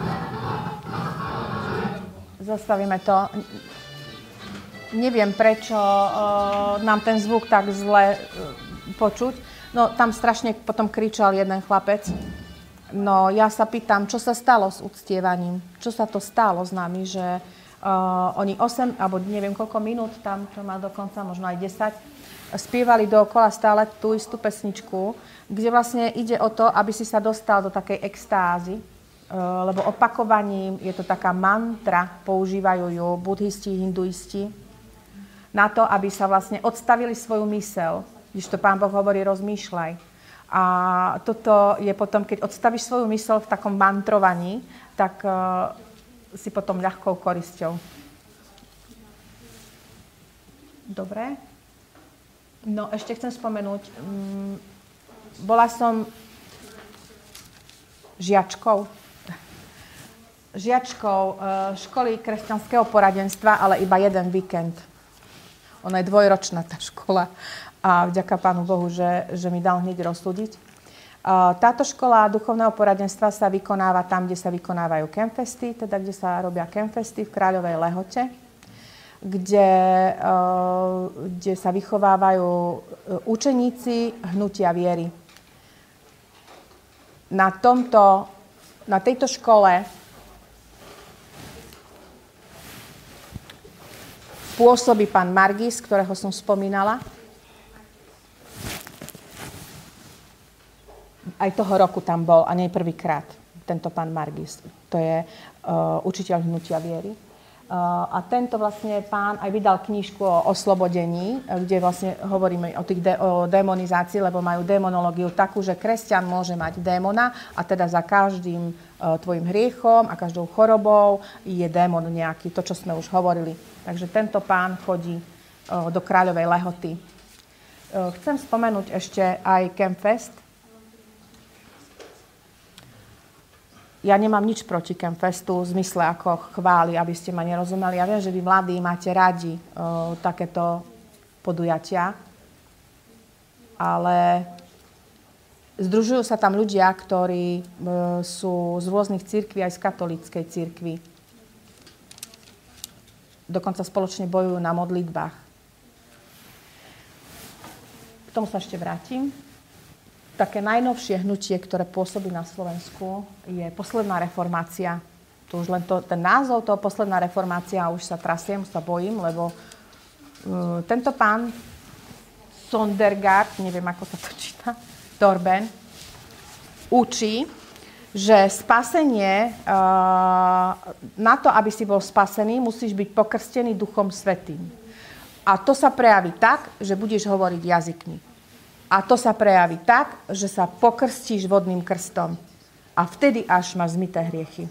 Zastavíme to. Neviem, prečo nám ten zvuk tak zle počuť. No, tam strašne potom kričal jeden chlapec. No, ja sa pýtam, čo sa stalo s uctievaním? Čo sa to stalo s nami, že oni 8, alebo neviem koľko minút, tam to má dokonca, možno aj 10, spievali dookola stále tú istú pesničku, kde vlastne ide o to, aby si sa dostal do takej extázy, lebo opakovaním je to taká mantra, používajú ju budhisti, hinduisti, na to, aby sa vlastne odstavili svoju myseľ. Když to Pán Boh hovorí, rozmýšľaj. A toto je potom, keď odstavíš svoju myseľ v takom mantrovaní, tak si potom ľahkou korisťou. Dobre. No, ešte chcem spomenúť. Bola som žiačkou školy kresťanského poradenstva, ale iba jeden víkend. Ona je dvojročná, tá škola. A vďaka Pánu Bohu, že mi dal hneď rozsúdiť. Táto škola duchovného poradenstva sa vykonáva tam, kde sa vykonávajú campfesty, teda kde sa robia campfesty v Kráľovej Lehote, kde sa vychovávajú učeníci hnutia viery. Na tejto škole pôsobí pán Margis, ktorého som spomínala. Aj toho roku tam bol, a nie prvýkrát, tento pán Margis. To je učiteľ hnutia viery. A tento vlastne pán aj vydal knižku o oslobodení, kde vlastne hovoríme o demonizácii, lebo majú démonológiu takú, že kresťan môže mať démona a teda za každým tvojim hriechom a každou chorobou je démon nejaký, to, čo sme už hovorili. Takže tento pán chodí do Kráľovej Lehoty. Chcem spomenúť ešte aj Campfest. Ja nemám nič proti Campfestu v zmysle ako chváli, aby ste ma nerozumeli. Ja viem, že vy mladí máte radi takéto podujatia, ale združujú sa tam ľudia, ktorí sú z rôznych cirkví, aj z katolíckej cirkvi. Dokonca spoločne bojujú na modlitbách. K tomu sa ešte vrátim. Také najnovšie hnutie, ktoré pôsobí na Slovensku, je Posledná reformácia. Tu už len ten názov toho Posledná reformácia, už sa trasiem, sa bojím, lebo tento pán Sondergaard, neviem, ako sa to číta, Torben, učí, že spasenie, na to, aby si bol spasený, musíš byť pokrstený Duchom Svätým. A to sa prejaví tak, že budeš hovoriť jazykmi. A to sa prejaví tak, že sa pokrstíš vodným krstom. A vtedy až máš zmyté hriechy.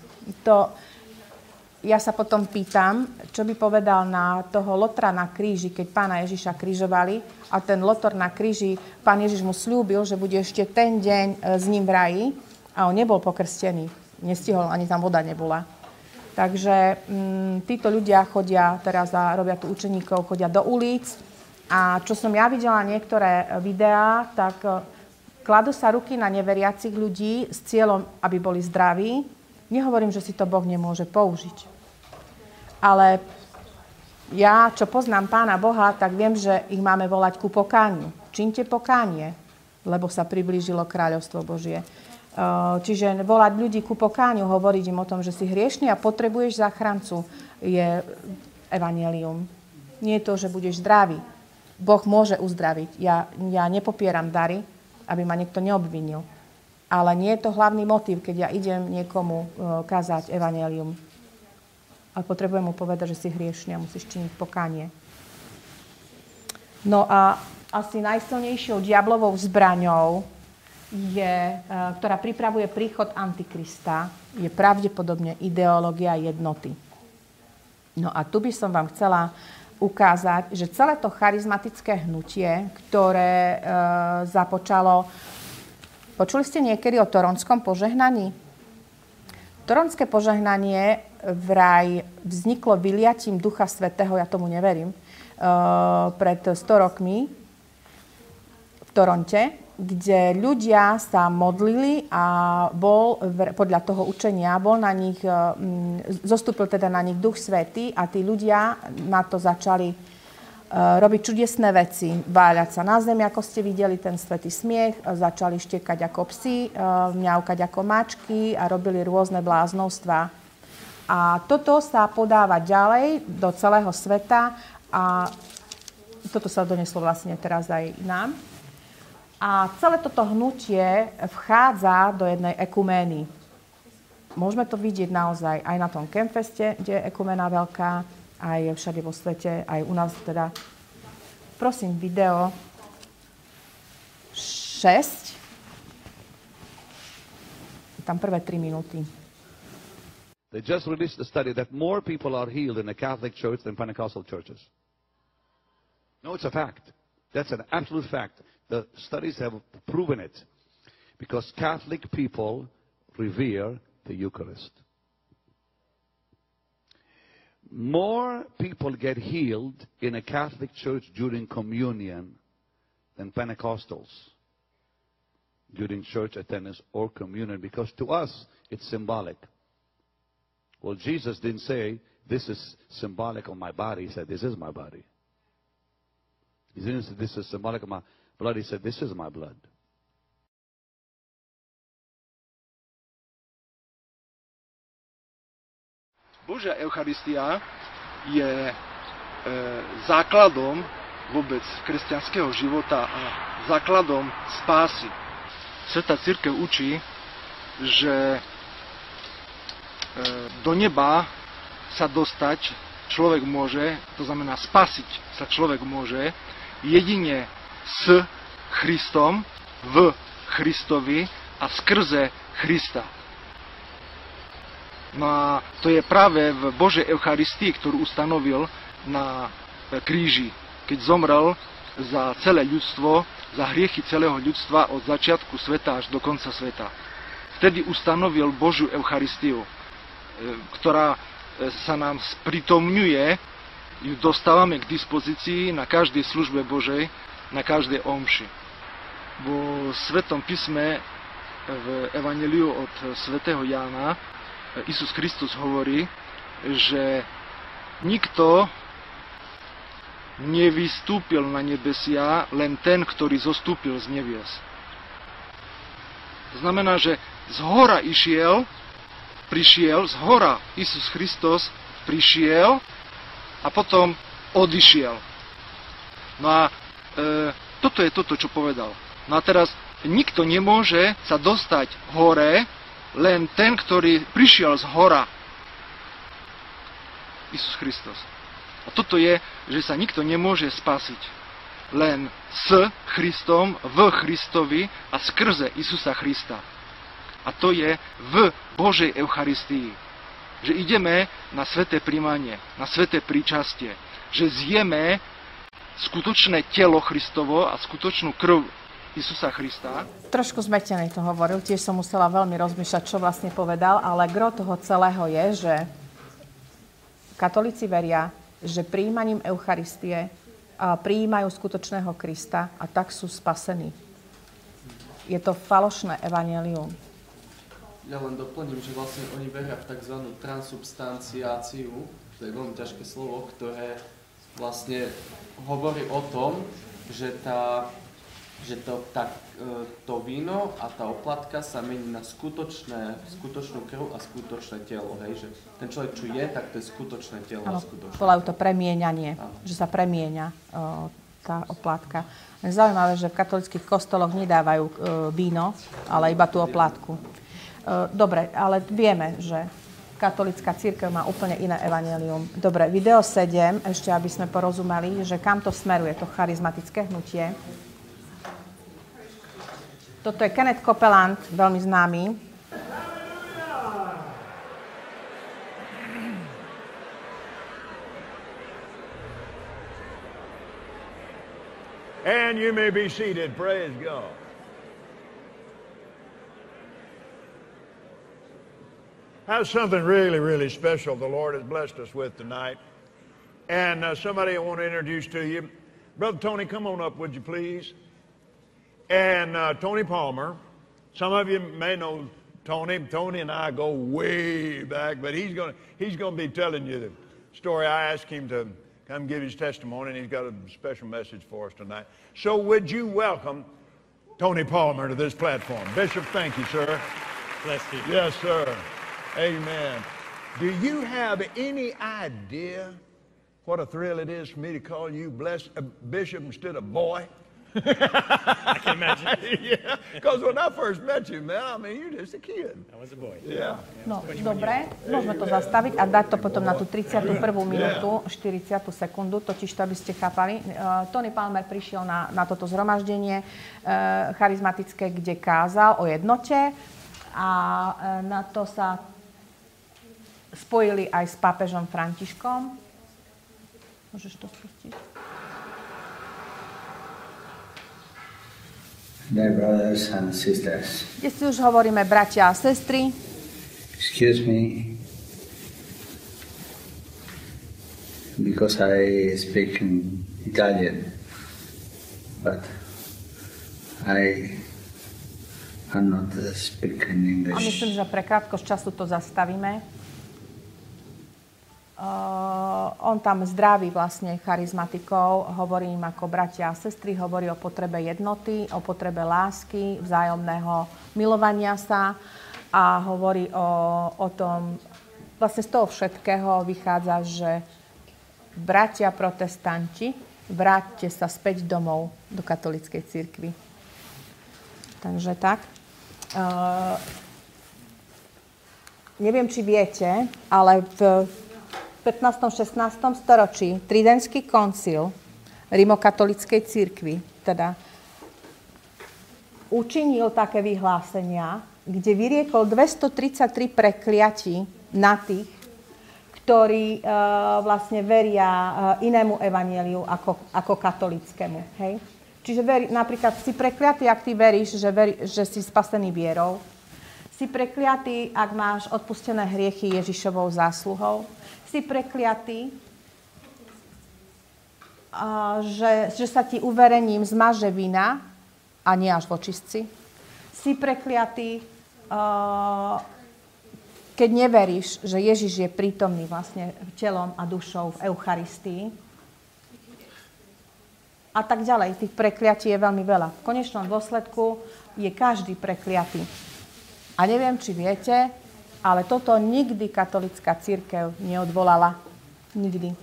Ja sa potom pýtam, čo by povedal na toho lotra na kríži, keď pána Ježiša križovali a ten lotor na kríži, pán Ježiš mu sľúbil, že bude ešte ten deň s ním v raji a on nebol pokrstený. Nestihol, ani tam voda nebola. Takže títo ľudia chodia teraz a robia tu učeníkov, chodia do ulic a čo som ja videla niektoré videá, tak kladú sa ruky na neveriacich ľudí s cieľom, aby boli zdraví. Nehovorím, že si to Boh nemôže použiť. Ale ja, čo poznám Pána Boha, tak viem, že ich máme volať ku pokániu. Čiňte pokánie, lebo sa priblížilo kráľovstvo Božie. Čiže volať ľudí ku pokániu, hovoriť im o tom, že si hriešný a potrebuješ záchrancu, je evanjelium. Nie je to, že budeš zdravý. Boh môže uzdraviť. Ja nepopieram dary, aby ma niekto neobvinil. Ale nie je to hlavný motív, keď ja idem niekomu kázať evanjelium. Ale potrebujem mu povedať, že si hriešný a musíš činiť pokánie. No a asi najsilnejšou diablovou zbraňou, ktorá pripravuje príchod Antikrista, je pravdepodobne ideológia jednoty. No a tu by som vám chcela ukázať, že celé to charizmatické hnutie, ktoré započalo... Počuli ste niekedy o toronskom požehnaní? Toronské požehnanie vraj vzniklo vyliatím Ducha Svätého, ja tomu neverím, pred 100 rokmi v Toronte, kde ľudia sa modlili a podľa toho učenia zostúpil teda na nich Duch Svätý a tí ľudia na to začali robiť čudesné veci. Váľať sa na zemi, ako ste videli, ten svätý smiech, začali štekať ako psi, mňaukať ako mačky a robili rôzne bláznovstvá. A toto sa podáva ďalej do celého sveta a toto sa doneslo vlastne teraz aj nám. A celé toto hnutie vchádza do jednej ekumény. Môžeme to vidieť naozaj aj na tom Campfeste, kde je ekumena veľká, aj všade vo svete, aj u nás teda. Prosím, video 6. Tam prvé 3 minúty. They just released a study that more people are healed in a Catholic church than Pentecostal churches. No, it's a fact. That's an absolute fact. The studies have proven it. Because Catholic people revere the Eucharist. More people get healed in a Catholic church during communion than Pentecostals during church attendance or communion, because to us it's symbolic. Well, Jesus didn't say, this is symbolic of my body. He said, this is my body. He didn't say, this is symbolic of my blood. He said, this is my blood. Božia Eucharistia je základom vôbec kresťanského života a základom spásy. Svätá cirkev učí, že do neba sa dostať človek môže, to znamená spasiť sa človek môže, jedine s Christom, v Christovi a skrze Krista. No a to je práve v Božej Eucharistii, ktorú ustanovil na kríži, keď zomrel za celé ľudstvo, za hriechy celého ľudstva od začiatku sveta až do konca sveta. Vtedy ustanovil Božiu Eucharistiu, ktorá sa nám sprítomňuje, ju dostávame k dispozícii na každej službe Božej, na každej omši. Vo Svetom písme v Evanjeliu od svätého Jána Isus Kristus hovorí, že nikto nevystúpil na nebesia, len ten, ktorý zostúpil z nebies. To znamená, že zhora prišiel, zhora Isus Kristus prišiel a potom odišiel. No a toto je toto, čo povedal. No a teraz nikto nemôže sa dostať hore, len ten, ktorý prišiel z hora. Isus Kristus. A toto je, že sa nikto nemôže spasiť. len s Christom, v Christovi a skrze Isusa Krista. A to je v Božej Eucharistii. Že ideme na sväté príjmanie, na sväté príčastie. Že zjeme skutočné telo Christovo a skutočnú krv Isusa Krista. Trošku zmetenej to hovoril, tiež som musela veľmi rozmýšľať, čo vlastne povedal, ale gro toho celého je, že katolíci veria, že prijímaním Eucharistie prijímajú skutočného Krista a tak sú spasení. Je to falošné evanjelium. Ja len doplním, že vlastne oni veria v tzv. Transubstanciáciu, to je veľmi ťažké slovo, ktoré vlastne hovorí o tom, že to víno a tá oplatka sa mení na skutočnú krv a skutočné telo. Hej? Že ten človek, čo je, tak to je skutočné telo. Áno, volajú to premieňanie, že sa premieňa tá oplatka. Je zaujímavé, že v katolíckych kostoloch nedávajú víno, ale iba tú oplátku. Dobre, ale vieme, že katolícka cirkev má úplne iné evanjelium. Dobre, video 7, ešte aby sme porozumeli, že kam to smeruje, to charizmatické hnutie. Toto je Kenneth Copeland, veľmi známy. And you may be seated. Praise God. That's something really, really special the Lord has blessed us with tonight. And somebody I want to introduce to you. Brother Tony, come on up, would you please? And Tony Palmer. Some of you may know Tony. Tony and I go way back, but he's going to be telling you the story. I asked him to come give his testimony, and he's got a special message for us tonight. So would you welcome Tony Palmer to this platform? Bishop, thank you, sir. Bless you. Yes, sir. Amen. Do you have any idea what a thrill it is for me to call you Bishop instead of boy? I can imagine. Yeah, because when I first met you, man, I mean, you're just a kid. I was a boy. Yeah. No, dobre, môžeme to zastaviť a dať to potom na tú 31. minútu, 40. sekundu, totiž to, aby ste chápali. Tony Palmer prišiel na toto zhromaždenie charizmatické, kde kázal o jednote a na to sa spojili aj s pápežom Františkom. Môžeš to spustiť? Dear brothers and sisters. Kde si už hovoríme bratia a sestry. Excuse me, because I speak in Italian, but I am not speaking English. A myslím, že pre krátkosť času to zastavíme. On tam zdraví vlastne charizmatikov, hovorí im ako bratia a sestry, hovorí o potrebe jednoty, o potrebe lásky, vzájomného milovania sa a hovorí o tom, vlastne z toho všetkého vychádza, že bratia protestanti, vráťte sa späť domov do katolíckej cirkvi. Takže tak. Neviem, či viete, ale v 15. 16. storočí Tridentský koncil rimokatolíckej cirkvi teda učinil také vyhlásenia, kde vyriekol 233 prekliatí na tých, ktorí vlastne veria inému evanjeliu ako katolíckemu. Hej? Čiže napríklad si prekliatý, ak ty veríš, že si spasený vierou. Si prekliatý, ak máš odpustené hriechy Ježišovou zásluhou. Si prekliatý, že sa ti uverením zmaže vina a nie až v očistci. Si prekliatý, keď neveríš, že Ježiš je prítomný vlastne telom a dušou v Eucharistii. A tak ďalej. Tých prekliatí je veľmi veľa. V konečnom dôsledku je každý prekliatý. A neviem, či viete, ale toto nikdy katolícka cirkev neodvolala. Nikdy.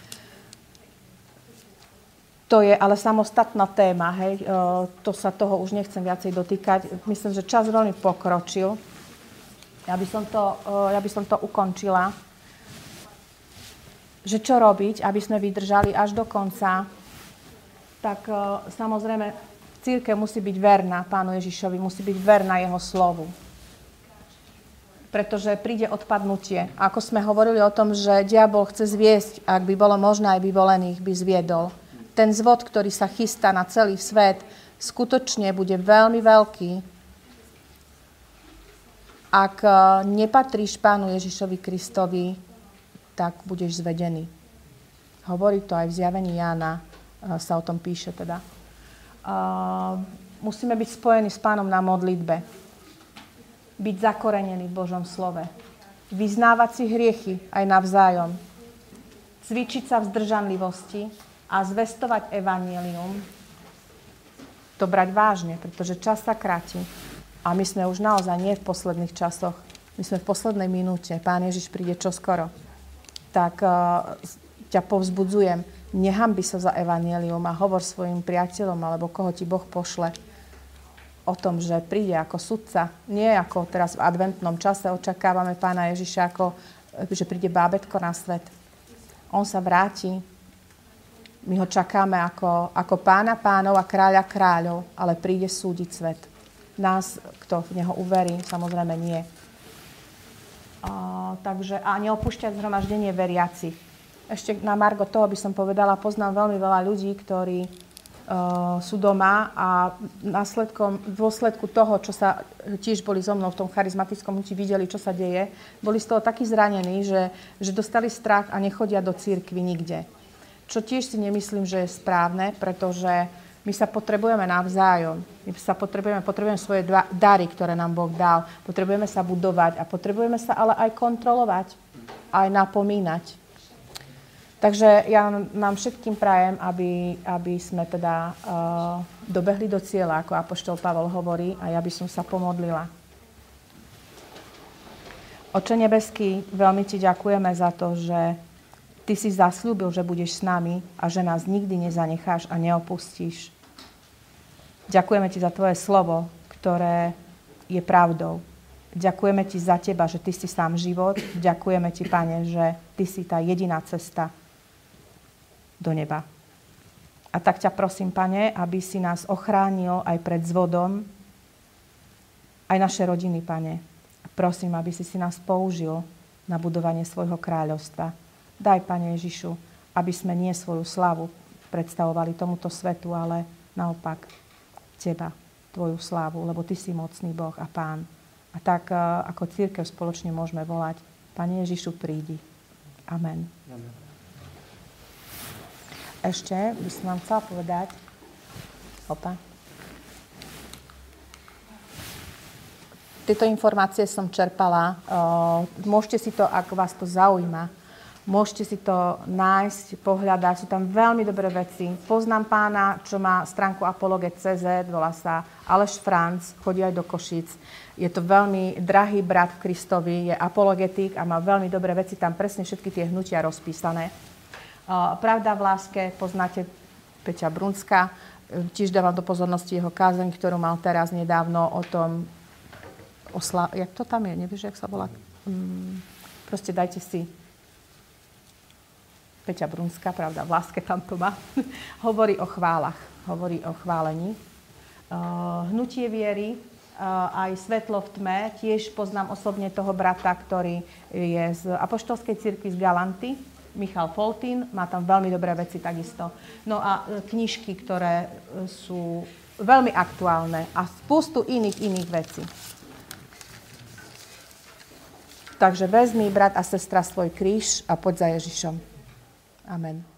To je ale samostatná téma, hej. Toho už nechcem viacej dotýkať. Myslím, že čas veľmi pokročil. Ja by som to ukončila. Že čo robiť, aby sme vydržali až do konca. tak samozrejme cirkev musí byť verná Pánu Ježišovi, musí byť verná jeho slovu. Pretože príde odpadnutie. Ako sme hovorili o tom, že diabol chce zviesť, ak by bolo možné, aj vyvolených by zviedol. Ten zvod, ktorý sa chystá na celý svet, skutočne bude veľmi veľký. Ak nepatríš Pánu Ježišovi Kristovi, tak budeš zvedený. Hovorí to aj v Zjavení Jána, sa o tom píše teda. Musíme byť spojení s Pánom na modlitbe. Byť zakorenení v Božom slove. Vyznávať si hriechy aj navzájom. Cvičiť sa v zdržanlivosti a zvestovať evanjelium. To brať vážne, pretože čas sa kráti. A my sme už naozaj nie v posledných časoch. My sme v poslednej minúte. Pán Ježiš príde čoskoro. Tak ťa povzbudzujem. Nehanbi sa za evanjelium a hovor svojim priateľom, alebo koho ti Boh pošle, o tom, že príde ako sudca. Nie ako teraz v adventnom čase očakávame Pána Ježiša, že príde bábätko na svet. On sa vráti. My ho čakáme ako Pána pánov a kráľa kráľov, ale príde súdiť svet. Nás, kto v neho uverí, samozrejme nie. Takže a neopúšťať zhromaždenie veriacich. Ešte na margo toho by som povedala, poznám veľmi veľa ľudí, ktorí sú doma a v dôsledku toho, čo sa tiež boli so mnou v tom charizmatickom hnutí, videli, čo sa deje, boli z toho takí zranení, že dostali strach a nechodia do cirkvi nikde. Čo tiež si nemyslím, že je správne, pretože my sa potrebujeme navzájom. Potrebujeme svoje dary, ktoré nám Boh dal. Potrebujeme sa budovať a potrebujeme sa ale aj kontrolovať, aj napomínať. Takže ja nám všetkým prajem, aby sme teda dobehli do cieľa, ako apoštol Pavol hovorí, a ja by som sa pomodlila. Oče nebeský, veľmi ti ďakujeme za to, že ty si zasľúbil, že budeš s nami a že nás nikdy nezanecháš a neopustíš. Ďakujeme ti za tvoje slovo, ktoré je pravdou. Ďakujeme ti za teba, že ty si sám život. Ďakujeme ti, Pane, že ty si tá jediná cesta do neba. A tak ťa prosím, Pane, aby si nás ochránil aj pred zvodom, aj naše rodiny, Pane. Prosím, aby si nás použil na budovanie svojho kráľovstva. Daj, Pane Ježišu, aby sme nie svoju slavu predstavovali tomuto svetu, ale naopak teba, tvoju slávu, lebo ty si mocný Boh a Pán. A tak ako cirkev spoločne môžeme volať: Pane Ježišu, prídi. Amen. Amen. Ešte by som vám chcela povedať, tieto informácie som čerpala, môžete si to, ak vás to zaujíma, môžete si to nájsť, pohľadať, sú tam veľmi dobré veci. Poznám pána, čo má stránku apologet.cz, volá sa Aleš Franc, chodí aj do Košíc. Je to veľmi drahý brat v Kristovi, je apologetik a má veľmi dobré veci, tam presne všetky tie hnutia rozpísané. Pravda v láske, poznáte Peťa Brunská, tiež dávam do pozornosti jeho kázeň, ktorú mal teraz nedávno o tom, jak to tam je, nevieš, jak sa volá? Proste dajte si Peťa Brunská, Pravda v láske, tam to má. Hovorí o chválach, hovorí o chválení. Hnutie viery, aj Svetlo v tme, tiež poznám osobne toho brata, ktorý je z apoštolskej cirkvi z Galanty, Michal Foltín, má tam veľmi dobré veci takisto. No a knižky, ktoré sú veľmi aktuálne a spustu iných vecí. Takže vezmi, brat a sestra, svoj kríž a poď za Ježišom. Amen.